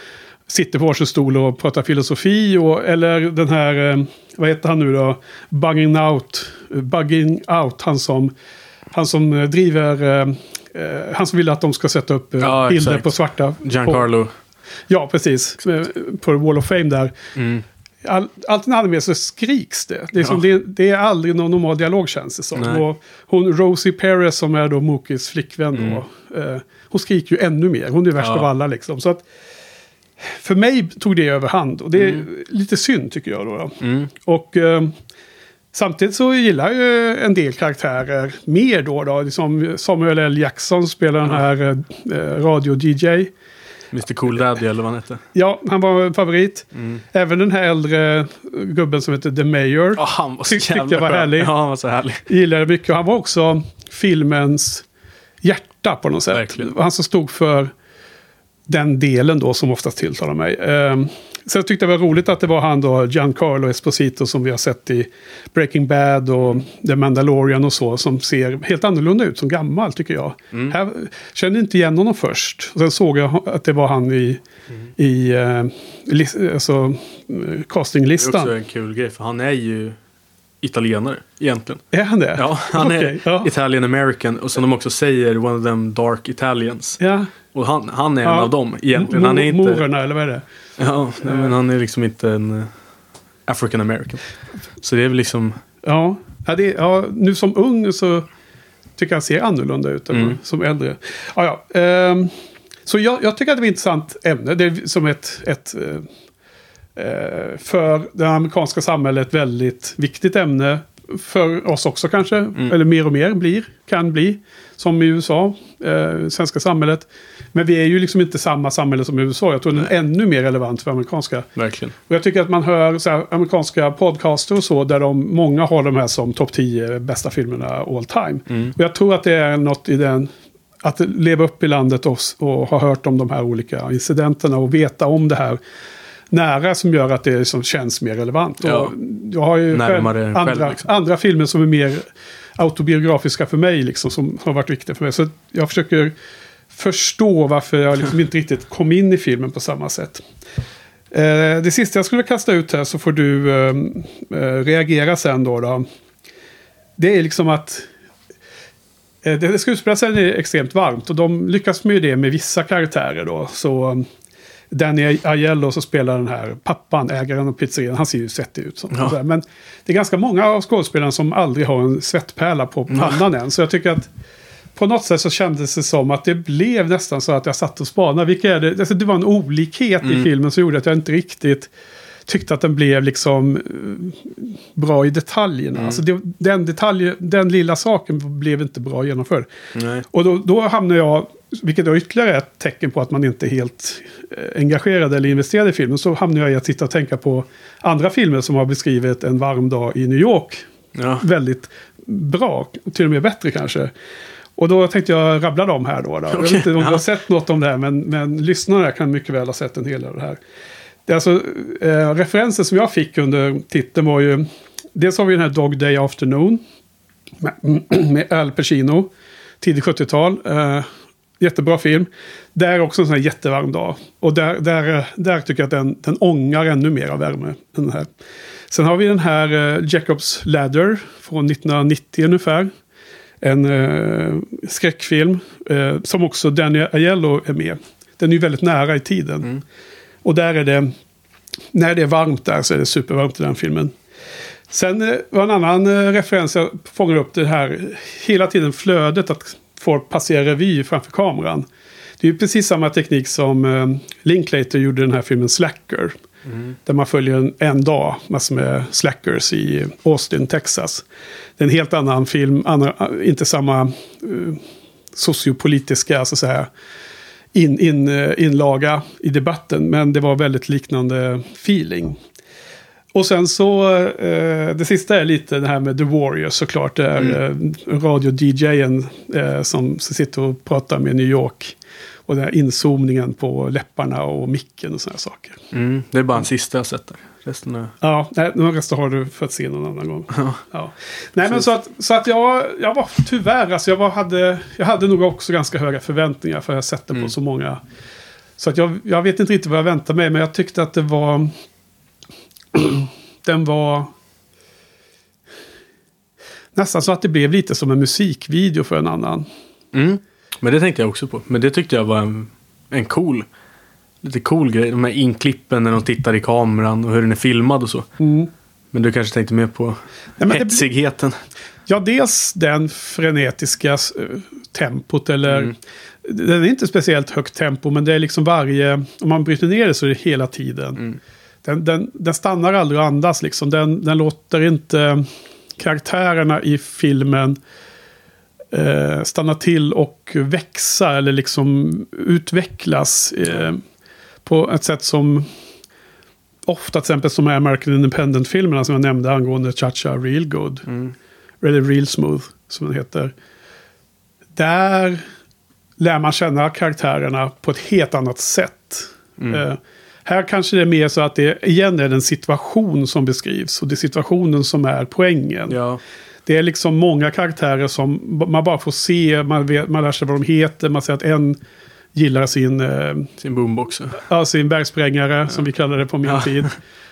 sitter på varsin stol och pratar filosofi. Och, eller den här, eh, vad heter han nu då? Bugging out. Bugging out, han som, han som driver, eh, han som vill att de ska sätta upp eh, ja, bilder exakt. på svarta. Giancarlo. På, ja, precis. På Wall of Fame där. Mm. All, allt när han är med så skriks det. Det är, som ja. det, det är aldrig någon normal dialog, känns det som. Och hon, Rosie Perez, som är då Mookies flickvän mm. då, eh, hon skriker ju ännu mer. Hon är värst ja. av alla liksom. Så att för mig tog det överhand. Och det är mm. lite synd, tycker jag då. då. Mm. Och eh, samtidigt så gillar ju en del karaktärer mer då. då liksom Samuel L. Jackson spelar den här eh, radio-D J. mister Cool Daddy eller vad han hette. Ja, han var en favorit. Mm. Även den här äldre gubben som heter The Mayor. Oh, han var så tyckte jag var härlig. Ja, han var så härlig. Gillade mycket. Och han var också filmens hjärta på något sätt. Verkligen. Han som stod för den delen då som oftast tilltalar mig. Um, så jag tyckte det var roligt att det var han då, Giancarlo Esposito, som vi har sett i Breaking Bad och The Mandalorian och så, som ser helt annorlunda ut som gammal, tycker jag. Mm. Här kände inte igen honom först. Och sen såg jag att det var han i, mm. i uh, list, alltså, castinglistan. Det är också en kul grej, för han är ju italienare egentligen. Är han det? Ja, han okay, är ja. Italian American, och som de också säger, one of them dark Italians. Ja. Och han, han är en ja. av dem egentligen. M- han är inte... Morerna, eller vad är det? Ja, nej, men han är liksom inte en uh, African American. Så det är väl liksom... Ja, ja, det, ja, nu som ung så tycker jag han ser annorlunda ut än mm. som äldre. Ja, ja. Um, så jag, jag tycker att det är ett intressant ämne. Det är som ett... ett uh, för det amerikanska samhället väldigt viktigt ämne. För oss också kanske. Mm. Eller mer och mer blir. Kan bli. Som i U S A. Eh, svenska samhället. Men vi är ju liksom inte samma samhälle som i U S A. Jag tror Nej. den är ännu mer relevant för amerikanska. Verkligen. Och jag tycker att man hör så här, amerikanska podcaster och så. Där de, många har de här som topp tio bästa filmerna all time. Mm. Och jag tror att det är något i den... Att leva upp i landet och, och ha hört om de här olika incidenterna. Och veta om det här nära, som gör att det liksom känns mer relevant. Ja. Och jag har ju själv andra, själv, liksom. andra filmer som är mer autobiografiska för mig, liksom, som har varit viktiga för mig. Så jag försöker förstå varför jag liksom inte riktigt kom in i filmen på samma sätt. Eh, det sista jag skulle kasta ut här, så får du eh, reagera sen då, då. Det är liksom att eh, det ska utspela sig extremt varmt, och de lyckas med det med vissa karaktärer då. Så Danny Aiello, som spelar den här pappan, ägaren av pizzerian, han ser ju svettig ut. Sånt. Ja. Men det är ganska många av skådespelarna som aldrig har en svettpärla på pannan ja. än. Så jag tycker att på något sätt så kändes det som att det blev nästan så att jag satt och spanade. Vilka är det? Alltså, det var en olikhet mm. i filmen som gjorde att jag inte riktigt tyckte att den blev liksom bra i detaljerna. Mm. Alltså det, den, detalj, den lilla saken blev inte bra genomförd. Nej. Och då, då hamnade jag, vilket är ytterligare ett tecken på att man inte är helt eh, engagerad eller investerad i filmen, så hamnade jag i att sitta och tänka på andra filmer som har beskrivit en varm dag i New York. Ja. Väldigt bra, till och med bättre kanske. Och då tänkte jag rabbla dem här då. då. Okay. Jag vet inte om du har sett något om det här, men, men lyssnarna kan mycket väl ha sett en hel del av det här. Det är alltså, eh, referenser som jag fick under titeln var ju, dels har vi den här Dog Day Afternoon med, med Al Pacino, tidigt sjuttiotal. Eh, jättebra film. Där är också en sån här jättevarm dag. Och där, där, där tycker jag att den, den ångar ännu mer av värme än den här. Sen har vi den här eh, Jacob's Ladder från nittonhundranittio ungefär. En eh, skräckfilm eh, som också Danny Aiello är med. Den är ju väldigt nära i tiden. Mm. Och där är det, när det är varmt där så är det supervarmt i den filmen. Sen eh, var en annan eh, referens, jag fångar upp det här hela tiden flödet att folk passerar revy framför kameran. Det är ju precis samma teknik som eh, Linklater gjorde den här filmen Slacker. Mm. Där man följer en, en dag massor med slackers i Austin, Texas. Det är en helt annan film, andra, inte samma uh, sociopolitiska så att säga, in, in, uh, inlaga i debatten, men det var väldigt liknande feeling. Och sen så, uh, det sista är lite det här med The Warriors såklart. Det är mm. uh, radio-D J:en uh, som sitter och pratar med New York. Och den här inzoomningen på läpparna och micken och sådana saker. Mm, det är bara en sista jag sett där. Resten är... Ja, nej, de resten har du fått se någon annan gång. Ja. Ja. Nej, men så att, så att jag, jag var tyvärr, alltså jag, var, hade, jag hade nog också ganska höga förväntningar, för jag har sett den mm. på så många Så att jag, jag vet inte riktigt vad jag väntar mig, men jag tyckte att det var... den var... nästan så att det blev lite som en musikvideo för en annan. Mm. Men det tänkte jag också på. Men det tyckte jag var en, en cool... lite cool grej. De här inklippen när de tittar i kameran och hur den är filmad och så. Mm. Men du kanske tänkte mer på Nej, hetsigheten. Det, ja, dels den frenetiska tempot. Eller, mm. Den är inte speciellt högt tempo, men det är liksom varje... om man bryter ner det så är det hela tiden. Mm. Den, den, den stannar aldrig och andas. Liksom. Den, den låter inte karaktärerna i filmen eh, stanna till och växa. Eller liksom utvecklas eh, på ett sätt som... ofta till exempel som American Independent-filmerna som jag nämnde angående Cha-Cha Real Good. Mm. Eller Real Smooth som den heter. Där lär man känna karaktärerna på ett helt annat sätt. Mm. Uh, här kanske det är mer så att det igen är den situation som beskrivs. Och det är situationen som är poängen. Ja. Det är liksom många karaktärer som man bara får se. Man, vet, man lär sig vad de heter. Man ser att en... gillar sin... Eh, sin boombox. Ja, sin bergsprängare, ja. Som vi kallade det på min ja. tid.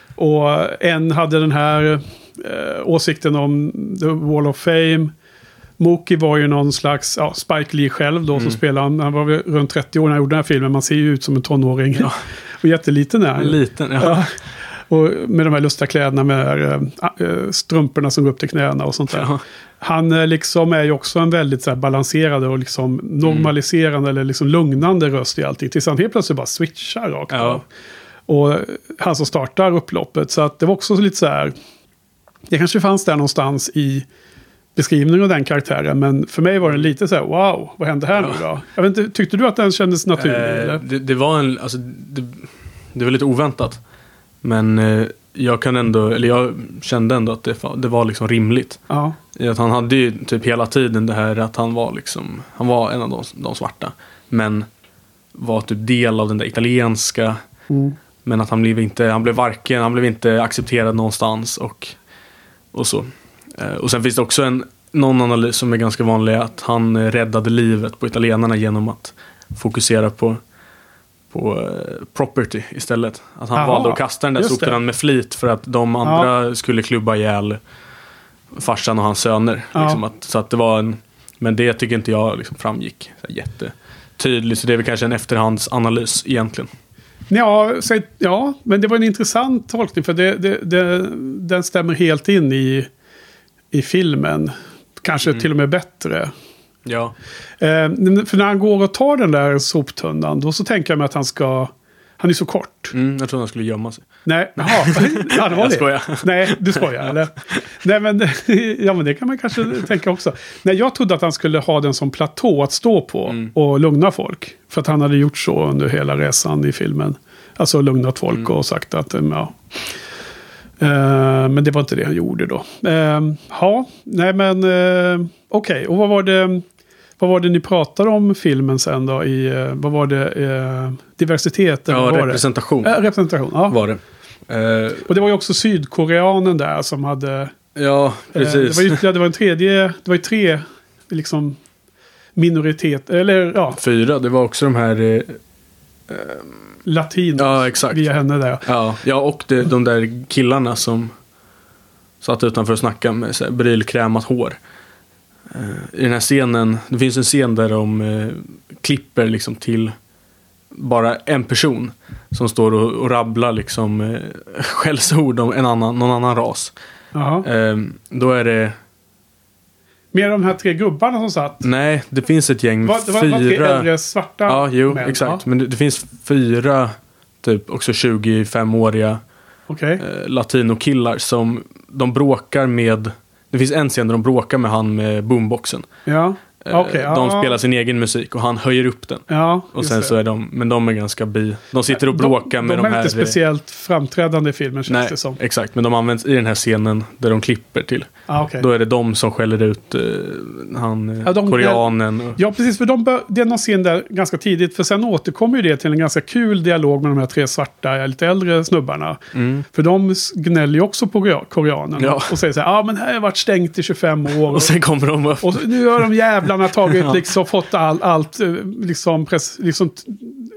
Och en hade den här eh, åsikten om The Wall of Fame. Mookie var ju någon slags... Ja, Spike Lee själv då, mm. som spelade. Han, han var runt trettio år när han gjorde den här filmen. Man ser ju ut som en tonåring. Ja. Och jätteliten är han. Liten, ja. ja. Och med de här lustiga kläderna med äh, strumporna som går upp till knäna och sånt där. Ja. Han äh, liksom är ju också en väldigt så här, balanserad och liksom normaliserande mm. eller liksom lugnande röst i allting. Tills han helt plötsligt bara switchar rakt ja. Och han som startar upploppet. Så att det var också lite så här... det kanske fanns där någonstans i beskrivningen av den karaktären. Men för mig var den lite så här, wow, vad hände här ja. nu då? Jag vet inte, tyckte du att den kändes naturlig? Eh, eller? Det, det var en... Alltså, det, det var lite oväntat. Men eh, jag kan ändå, eller jag kände ändå att det, det var liksom rimligt. Ja. Att han hade ju typ hela tiden det här att han var liksom, han var en av de, de svarta. Men var typ del av den där italienska. Mm. Men att han blev inte, han blev varken, han blev inte accepterad någonstans och, och så. Eh, och sen finns det också en, någon analys som är ganska vanlig, att han räddade livet på italienarna genom att fokusera på på uh, property istället. Att han Aha, valde att kasta den där soporna med flit för att de andra ja. skulle klubba ihjäl farsan och hans söner. Ja. Liksom att, så att det var en... Men det tycker inte jag liksom framgick så jättetydligt. Så det är väl kanske en efterhandsanalys egentligen. Ja, så, ja, men det var en intressant tolkning. För det, det, det, den stämmer helt in i, i filmen. Kanske mm. till och med bättre. Ja. Eh, för när han går och tar den där soptunnan, då så tänker jag mig att han ska... Han är så kort. Mm, jag tror han skulle gömma sig. Nej, jaha. Ja, det var jag skojar. Nej, du skojar, eller? Nej, men, ja, men det kan man kanske tänka också. Nej, jag trodde att han skulle ha den som platå att stå på mm. och lugna folk. För att han hade gjort så under hela resan i filmen. Alltså lugnat folk mm. och sagt att, ja... Uh, men det var inte det han gjorde då. Uh, ja, nej men... Uh, Okej, okay. Och vad var det... Vad var det ni pratade om filmen sen då? I, uh, vad var det? Uh, diversitet? Ja, var representation. Det? Uh, representation, ja. Var det. Uh, och det var ju också sydkoreanen där som hade... Ja, precis. Uh, det, var ju, ja, det var en tredje... Det var ju tre liksom minoritet... Eller ja. Fyra, det var också de här... Uh, Latin. Ja, exakt. Via henne där. Ja, ja och det, de där killarna som satt utanför och snackade med så här, brylkrämat hår. I den här scenen, det finns en scen där de eh, klipper liksom till bara en person som står och, och rabblar liksom eh, skällsord om en annan, någon annan ras. Eh, då är det mer de här tre gubbarna som satt. Nej, det finns ett gäng var, det var, fyra... Var tre äldre svarta ja, jo, män, exakt. Ja. Men det, det finns fyra typ också tjugofemåriga okay. eh, latinokillar som de bråkar med. Det finns en scen där de bråkar med han med boomboxen. Ja. Okay, de ja. spelar sin egen musik och han höjer upp den. Ja, och sen så är de, men de är ganska bi. De sitter och bråkar de, med de, de här. De är inte speciellt framträdande i filmen, känns nej, det som. Exakt, men de används i den här scenen där de klipper till. Ah, okay. Då är det de som skäller ut uh, han ja, de, koreanen. Och... Ja, precis, för de bör, det är någon scen där ganska tidigt, för sen återkommer ju det till en ganska kul dialog med de här tre svarta, lite äldre snubbarna. Mm. För de gnäller ju också på koreanen ja. och säger så här, ja ah, men här har jag varit stängt i tjugofem år. Och, och sen kommer de upp. Och nu har de jävlarna tagit ja. liksom fått all, allt liksom, press, liksom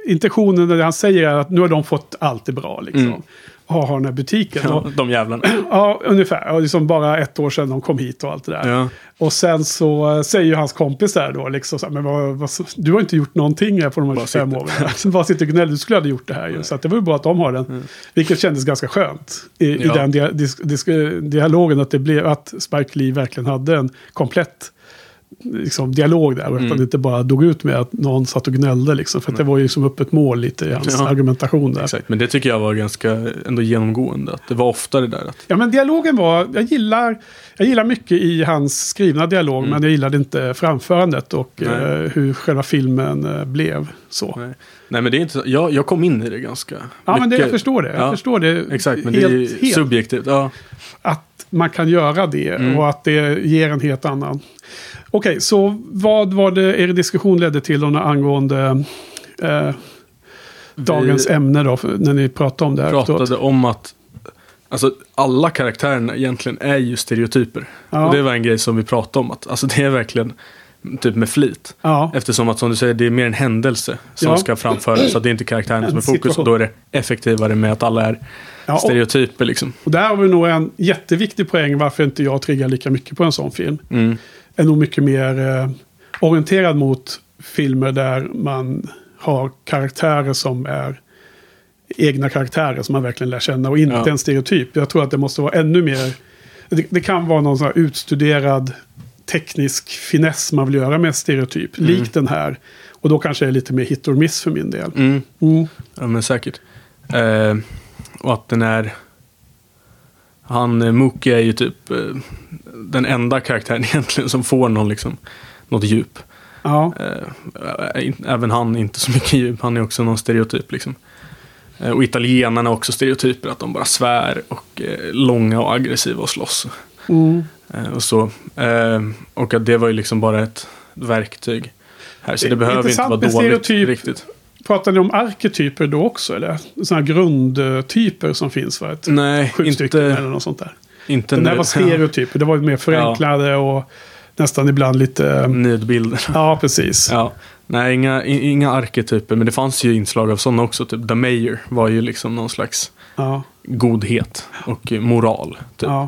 intentionen när han säger att nu har de fått allt det bra liksom. Mm. Har, har den här butiken. Ja, och, de jävlarna. Ja, ungefär. Och liksom bara ett år sedan de kom hit och allt det där. Ja. Och sen så säger ju hans kompis där då liksom så här, men vad, vad, du har inte gjort någonting här på de här fem åren. Bara sitter och gnäller, du skulle ha gjort det här ju. Så att det var ju bra att de har den. Mm. Vilket kändes ganska skönt i, ja. i den dia, dis, dis, dialogen att det blev att Spike Lee verkligen hade en komplett liksom, dialog där. Och mm. att han inte bara dog ut med att någon satt och gnällde liksom. För att det var ju som upp ett mål lite i hans ja. argumentation där. Exakt, men det tycker jag var ganska ändå genomgående. Att det var ofta det där. Att... Ja, men dialogen var, jag gillar, jag gillar mycket i hans skrivna dialog. Mm. Men jag gillade inte framförandet och eh, hur själva filmen eh, blev så. Nej. Nej, men det är inte så, jag, jag kom in i det ganska Ja, mycket. men det, jag förstår det. Jag ja. förstår det. Exakt, men helt, det är helt, subjektivt. Ja. Att man kan göra det mm. och att det ger en helt annan... Okej, okay, så vad var det er diskussion ledde till då angående eh, dagens Vi ämne då, när ni pratade om det här? Vi pratade efteråt? om att alltså, alla karaktärerna egentligen är ju stereotyper. Ja. Och det var en grej som vi pratade om. Att, alltså, det är verkligen typ med flit. Ja. Eftersom att som du säger, det är mer en händelse som ja. ska framföras. Så att det är inte karaktärerna som är fokus. Situation. Och då är det effektivare med att alla är ja, stereotyper. Liksom. Och där har vi nog en jätteviktig poäng varför inte jag triggar lika mycket på en sån film. Mm. Är nog mycket mer eh, orienterad mot filmer där man har karaktärer som är egna karaktärer som man verkligen lär känna och inte ja. en stereotyp. Jag tror att det måste vara ännu mer... Det, det kan vara någon sån här utstuderad teknisk finess man vill göra med stereotyp. Mm. Likt den här. Och då kanske det är lite mer hit or miss för min del. Mm. Mm. Ja, men säkert. Eh, och att den är... Han, Mookie är ju typ eh, den enda karaktären egentligen som får någon liksom, något djup. Ja. Eh, även han inte så mycket djup. Han är också någon stereotyp liksom. Eh, och italienarna är också stereotyper. Att de bara svär och eh, långa och aggressiva och slåss. Mm. Eh, och så. Eh, och att det var ju liksom bara ett verktyg här. Så det, det behöver inte vara dåligt riktigt. Pratar ni om arketyper då också? Eller sådana grundtyper som finns för ett Nej, sju inte, stycken eller något sånt där? Inte Den där var stereotyper. Det var mer förenklade ja. och nästan ibland lite... Nidbilder. Ja, precis. Ja. Nej, inga, inga arketyper. Men det fanns ju inslag av sådana också. Typ The Mayor var ju liksom någon slags ja. godhet och moral. Typ. Ja.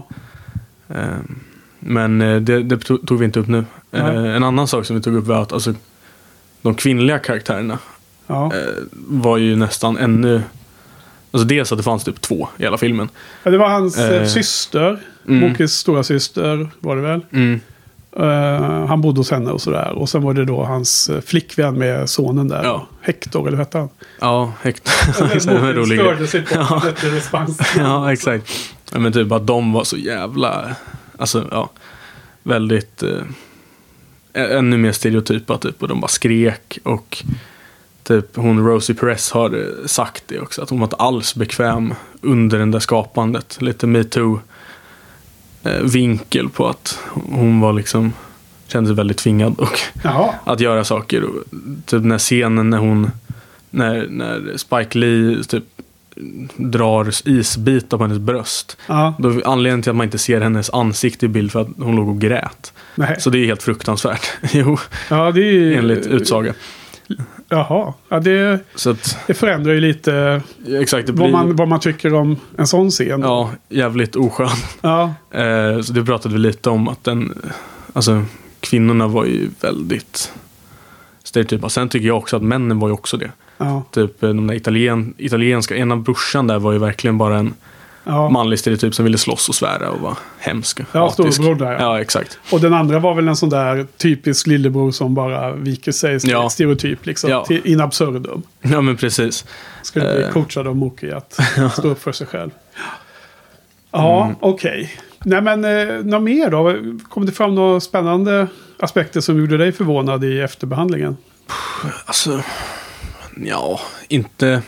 Men det, det tog vi inte upp nu. Ja. En annan sak som vi tog upp var att alltså, de kvinnliga karaktärerna ja. var ju nästan ännu... Alltså dels att det fanns typ två i hela filmen. Ja, det var hans eh, syster. Mm. Mokis stora syster var det väl. Mm. Uh, han bodde hos henne och sådär. Och sen var det då hans flickvän med sonen där. Ja. Hector, eller vad hette han? Ja, Hector. Mokis störde sig på ja. bättre respons. Ja, exakt. Men typ att de var så jävla... Alltså, ja. Väldigt... Eh, ännu mer stereotypa typ. Och de bara skrek och... Typ hon Rosie Perez har sagt det också. Att hon var inte alls bekväm under den där skapandet. Lite MeToo eh, vinkel på att hon var liksom kände sig väldigt tvingad och att göra saker. Och, typ den här scenen när hon när, när Spike Lee typ drar isbitar på hennes bröst. Ja. Då, anledningen till att man inte ser hennes ansikte i bild för att hon låg och grät. Nej. Så det är helt fruktansvärt. Jo, ja, det är enligt utsaga. Jaha, ja, det, så att, det förändrar ju lite exakt, det blir, vad, man, vad man tycker om en sån scen. Ja, jävligt oskön. Ja. Eh, så det pratade vi lite om att den, alltså kvinnorna var ju väldigt stereotypa. Sen tycker jag också att männen var ju också det. Ja. Typ de där italien, italienska, ena brorsan där var ju verkligen bara en ja. manlig stereotyp som ville slåss och svära och vara hemsk. Ja, storbror där. Ja. ja, exakt. Och den andra var väl en sån där typisk lillebror som bara viker sig ja. stereotyp liksom, ja. till in absurdum. Ja, men precis. Skulle bli uh. coachad av Mookie att stå upp för sig själv. Ja, mm. okej. Okay. Nej, men eh, något mer då? Kom det fram några spännande aspekter som gjorde dig förvånad i efterbehandlingen? Alltså, ja, inte...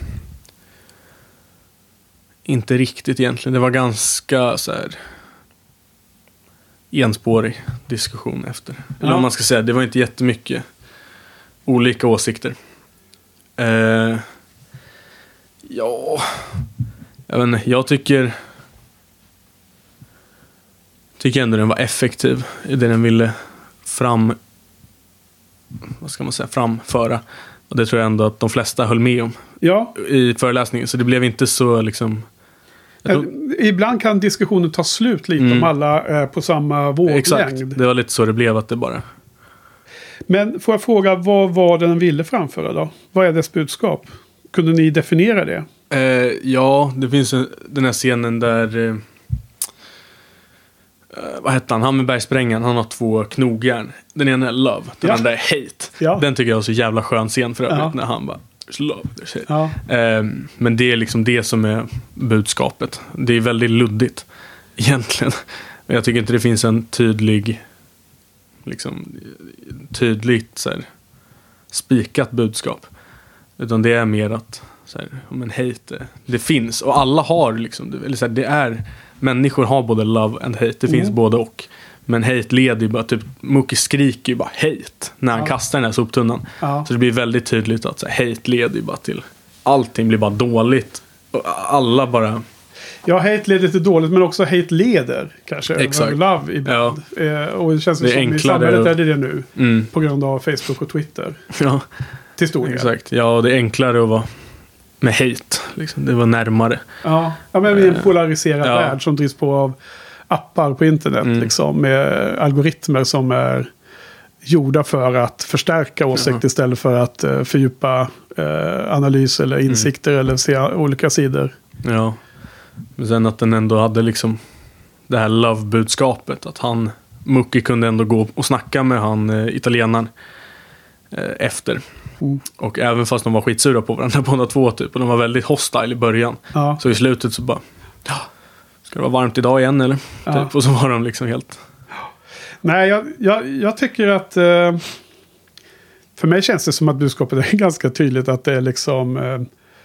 Inte riktigt egentligen. Det var ganska så här enspårig diskussion efter. Eller ja. om man ska säga, det var inte jättemycket olika åsikter. Eh, ja, jag vet inte, jag tycker tycker ändå den var effektiv i det den ville fram vad ska man säga, framföra. Och det tror jag ändå att de flesta höll med om ja. i föreläsningen. Så det blev inte så liksom... Tror... Ibland kan diskussionen ta slut lite mm. om alla är på samma våglängd. Exakt, det var lite så det blev att det bara... Men får jag fråga, vad var det den ville framföra då? Vad är dess budskap? Kunde ni definiera det? Eh, ja, det finns en, den här scenen där... Eh, vad heter han? Han med bergsprängaren, han har två knogjärn. Den ena är love, den ja. andra är hate. Ja. Den tycker jag är så jävla skön scen för övrigt, ja. när han bara... Love, ja. eh, men det är liksom det som är budskapet. Det är väldigt luddigt egentligen. Jag tycker inte det finns en tydlig liksom tydligt så här, spikat budskap, utan det är mer att så här, men hate, det finns och alla har liksom, eller så här, det är människor har både love and hate, det mm. finns både och. Men hate leder ju bara, typ Mookie skriker ju bara hate när han ja. kastar den här soptunnan. Ja. Så det blir väldigt tydligt att så här, hate leder ju bara till, allting blir bara dåligt. Och alla bara... Ja, hate leder till dåligt, men också hate leder kanske. Exakt. Love ibland. Ja. Eh, och det känns det som i samhället och... är det det nu. Mm. På grund av Facebook och Twitter. Ja. Till stor del. Exakt. Ja, och det är enklare att vara med hate. Liksom. Det var närmare. Ja, ja men vi är en polariserad ja. värld som drivs på av appar på internet mm. liksom, med algoritmer som är gjorda för att förstärka åsikter ja. istället för att uh, fördjupa uh, analys eller insikter mm. eller se olika sidor. Ja, men sen att den ändå hade liksom det här love-budskapet, att han, Mookie kunde ändå gå och snacka med han uh, italienaren uh, efter. Mm. Och även fast de var skitsura på varandra båda två typ, och de var väldigt hostile i början. Ja. Så i slutet så bara ja, ska det vara varmt idag igen eller? Ja. Typ, och så var de liksom helt... Nej, jag, jag, jag tycker att... Eh, för mig känns det som att budskapet är ganska tydligt att det är liksom... Eh,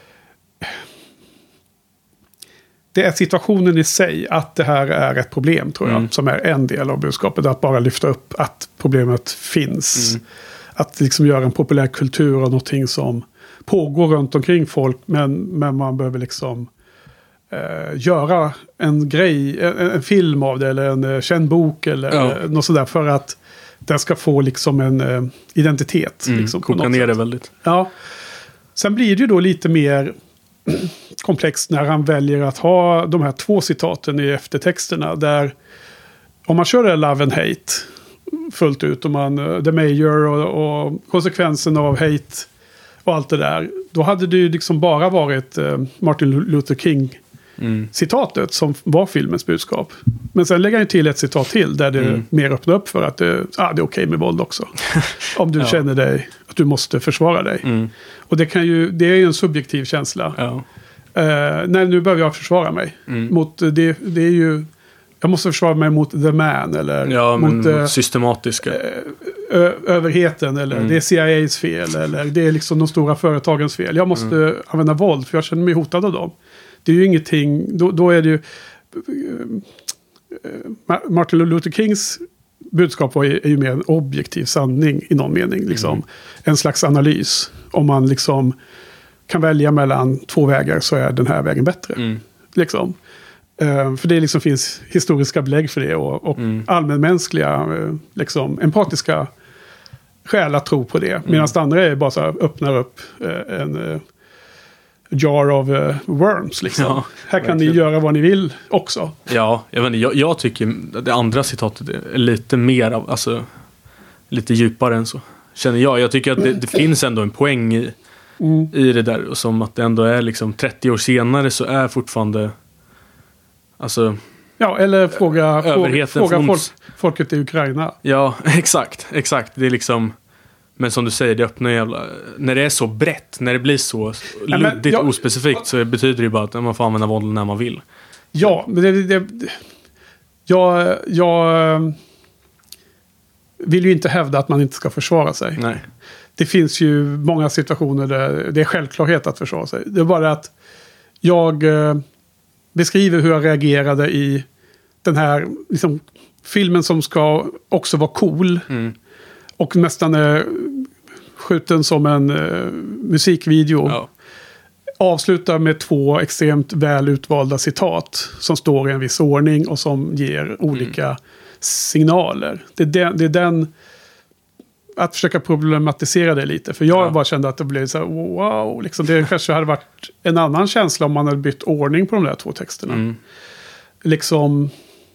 det är situationen i sig att det här är ett problem, tror jag. Mm. Som är en del av budskapet. Att bara lyfta upp att problemet finns. Mm. Att liksom göra en populär kultur av någonting som pågår runt omkring folk. Men, men man behöver liksom... Uh, göra en grej, en, en film av det eller en uh, känd bok eller ja. uh, något sådär för att den ska få liksom en uh, identitet. Mm, liksom, koka ner det väldigt. Ja. Sen blir det ju då lite mer komplext när han väljer att ha de här två citaten i eftertexterna där om man kör det Love and Hate fullt ut, om man uh, The Mayor och, och konsekvensen av hate och allt det där, då hade det ju liksom bara varit uh, Martin Luther King Mm. citatet som var filmens budskap. Men sen lägger han till ett citat till där det mm. mer öppnar upp för att det, ah, det är okej med våld också. Om du ja. känner dig att du måste försvara dig. Mm. Och det, kan ju, det är ju en subjektiv känsla. Ja. Uh, nej, nu behöver jag försvara mig. Mm. Mot, det, det är ju jag måste försvara mig mot the man eller ja, mot, mot uh, systematiska ö, överheten eller mm. det är C I A's fel eller det är liksom de stora företagens fel. Jag måste mm. använda våld för jag känner mig hotad av dem. Det är ju ingenting, då, då är det ju Martin Luther Kings budskap var, är ju mer en objektiv sanning i någon mening, liksom. Mm. En slags analys. Om man liksom kan välja mellan två vägar så är den här vägen bättre. Mm. Liksom. Uh, för det liksom finns historiska belägg för det och, och mm. allmänmänskliga, uh, liksom, empatiska skäl att tro på det. Medan mm. det andra är bara så här, öppnar upp uh, en... Uh, jar of uh, worms liksom. Ja, här kan verkligen. Ni göra vad ni vill också. Ja, jag, vet inte, jag, jag tycker det andra citatet är lite mer av, alltså lite djupare än så. Känner jag. Jag tycker att det, det finns ändå en poäng i, mm. i det där. Och som att det ändå är liksom trettio år senare så är fortfarande alltså ja, eller fråga, fråga, fråga folk, folket i Ukraina. Ja, exakt. Exakt. Det är liksom men som du säger, det öppnar jävla... När det är så brett, när det blir så ja, luddigt jag, ospecifikt så betyder det bara att man får använda våld när man vill. Ja, men det... det, det jag, jag vill ju inte hävda att man inte ska försvara sig. Nej. Det finns ju många situationer där det är självklarhet att försvara sig. Det är bara att jag beskriver hur jag reagerade i den här liksom, filmen som ska också vara cool. Mm. Och nästan är skjuten som en uh, musikvideo. Ja. Avslutar med två extremt väl utvalda citat. Som står i en viss ordning och som ger olika mm. signaler. Det är den, det är den att försöka problematisera det lite. För jag ja. bara kände att det blev så här, wow. Liksom, det kanske hade varit en annan känsla om man hade bytt ordning på de där två texterna. Mm. Liksom,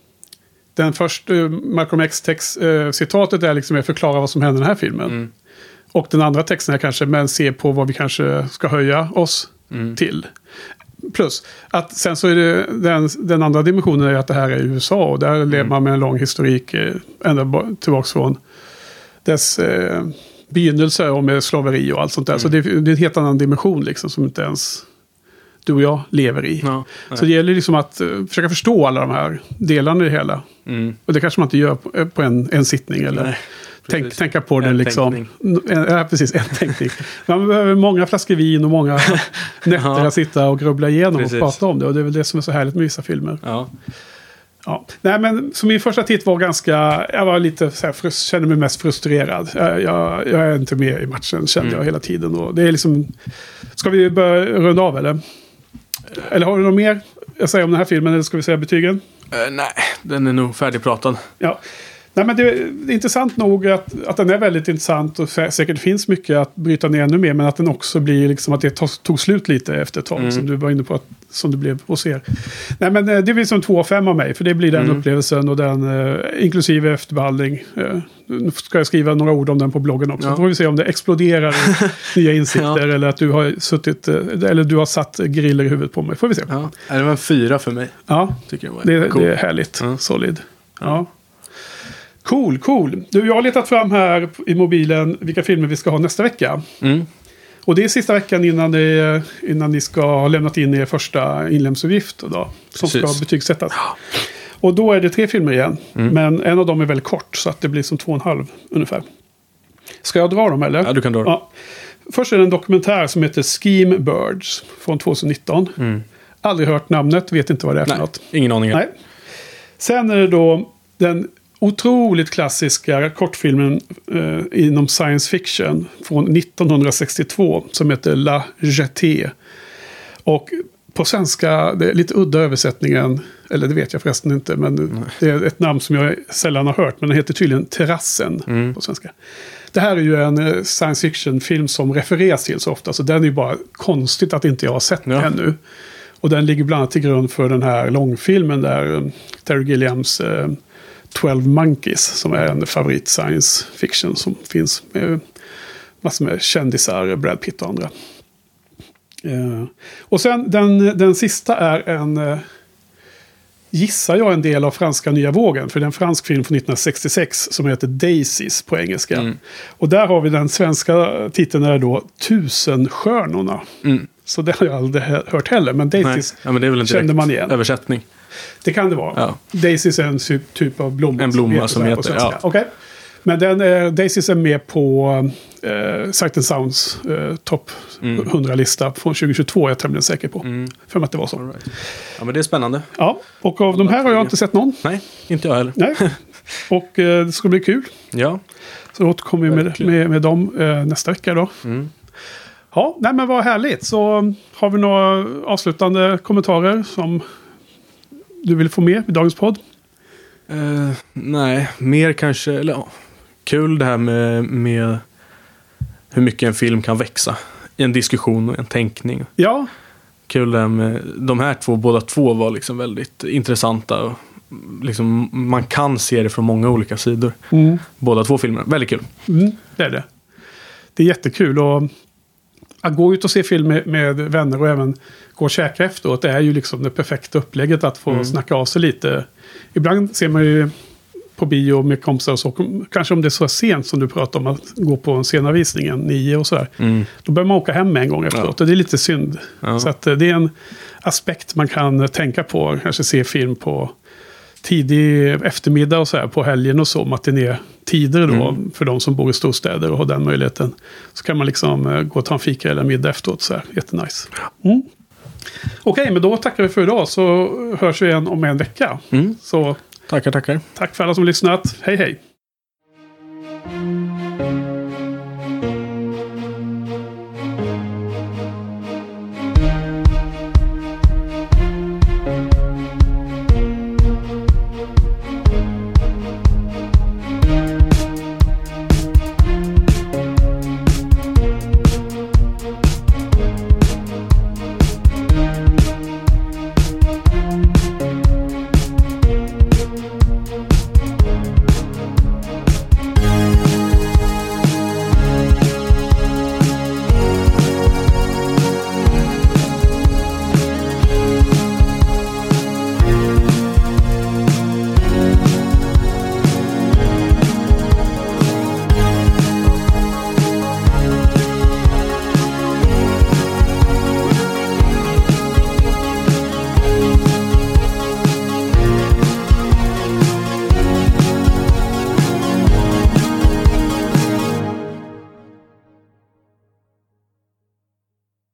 den första uh, Malcolm X-citatet uh, är liksom att förklara vad som händer i den här filmen. Mm. Och den andra texten är kanske, men se på vad vi kanske ska höja oss mm. till. Plus, att sen så är det den, den andra dimensionen är att det här är U S A. Och där mm. lever man med en lång historik uh, ända tillbaka från dess eh, begynnelse och med slaveri och allt sånt där. Mm. Så det, det är en helt annan dimension liksom, som inte ens du och jag lever i. Ja, så det gäller liksom att uh, försöka förstå alla de här delarna i det hela. Mm. Och det kanske man inte gör på, på en, en sittning. Eller Nej, tänk, tänka på det liksom. En, ja, precis, en tänkning. Man behöver många flaskor vin och många nätter att sitta och grubbla igenom precis. Och prata om det. Och det är väl det som är så härligt med vissa filmer. Ja. Ja. Nej, men så min första titt var ganska, jag var lite så här, frust, kände mig mest frustrerad. Jag, jag, jag är inte med i matchen, kände mm. jag hela tiden. Och det är liksom, ska vi börja runda av eller? Eller har du något mer att säga om den här filmen, eller ska vi säga betygen? Uh, nej, den är nog färdigpratad. Ja. Nej, men det är intressant nog att, att den är väldigt intressant och säkert finns mycket att bryta ner ännu mer, men att den också blir liksom att det tog, tog slut lite efter ett tag mm. som du var inne på att, som det blev hos er. Nej, men det blir som två av fem av mig, för det blir den mm. upplevelsen och den eh, inklusive efterbehandling. Eh, nu ska jag skriva några ord om den på bloggen också. Ja. Då får vi se om det exploderar nya insikter ja. Eller att du har suttit eller du har satt griller i huvudet på mig. Får vi se. Ja. Det var en fyra för mig. Ja, tycker jag var det, cool. Det är härligt. Ja. Solid. Ja. Ja. Cool, cool. Du, jag har letat fram här i mobilen vilka filmer vi ska ha nästa vecka. Mm. Och det är sista veckan innan, det, innan ni ska ha lämnat in er första inlämningsuppgift då, som Precis. Ska betygsättas. Och då är det tre filmer igen. Mm. Men en av dem är väldigt kort, så att det blir som två och en halv ungefär. Ska jag dra dem eller? Ja, du kan dra dem. Ja. Först är det en dokumentär som heter Scheme Birds från tjugonitton. Mm. Aldrig hört namnet, vet inte vad det är för Nej, något. Ingen aning. Nej. Sen är det då den otroligt klassiska kortfilmen eh, inom science fiction från nittonhundrasextiotvå som heter La Jetée. Och på svenska, det är lite udda översättningen, eller det vet jag förresten inte, men Nej. Det är ett namn som jag sällan har hört, men den heter tydligen Terrassen mm. på svenska. Det här är ju en science fiction-film som refereras till så ofta, så den är ju bara konstigt att inte jag har sett ja. Den ännu. Och den ligger bland annat till grund för den här långfilmen där Terry Gilliams eh, twelve Monkeys, som är en favorit science fiction som finns med massor med kändisar, Brad Pitt och andra. Uh, och sen den, den sista är en uh, gissar jag en del av franska nya vågen, för det är en fransk film från nittonhundrasextiosex som heter Daisies på engelska. Mm. Och där har vi den svenska titeln är då Tusenstjärnorna. Mm. Så det har jag aldrig hört heller, men Daisies ja, men det är väl en kände man igen. Översättning. Det kan det vara. Ja. Daisies är en typ, typ av blomma. En blomma som heter, som heter ja. Okay. Men den är, Daisies är med på eh, Sight and Sounds eh, topp mm. hundra-lista från tjugohundratjugotvå, är jag tämligen säker på. Mm. För att det var så. Right. Ja, men det är spännande. Ja, och av de här har jag inte sett någon. Nej, inte jag heller. Nej. Och eh, det ska bli kul. Ja. Så återkommer vi med, med, med dem eh, nästa vecka då. Mm. Ja, nej men vad härligt. Så har vi några avslutande kommentarer som du vill få med i dagens podd? Uh, nej, mer kanske, eller ja, kul det här med, med hur mycket en film kan växa i en diskussion och en tänkning. Ja. Kul det här med, de här två, båda två var liksom väldigt intressanta och liksom, man kan se det från många olika sidor. Mm. Båda två filmer, väldigt kul. Mm, det är det. Det är jättekul och att gå ut och se film med, med vänner och även gå och käka efteråt, det är ju liksom det perfekta upplägget att få mm. snacka av sig lite. Ibland ser man ju på bio med kompisar och så, kanske om det är så sent som du pratar om att gå på en sena visningen, nio och sådär. Mm. Då bör man åka hem en gång efteråt ja. Och det är lite synd. Ja. Så att det är en aspekt man kan tänka på, kanske se film på tidig eftermiddag och så här på helgen och så, matiné-tider då mm. för de som bor i storstäder och har den möjligheten. Så kan man liksom gå och ta en fika eller middag efteråt så här. Jättenice. Mm. Okej, okay, men då tackar vi för idag så hörs vi igen om en vecka. Mm. Så tackar, tackar. Tack för alla som lyssnat. Hej, hej.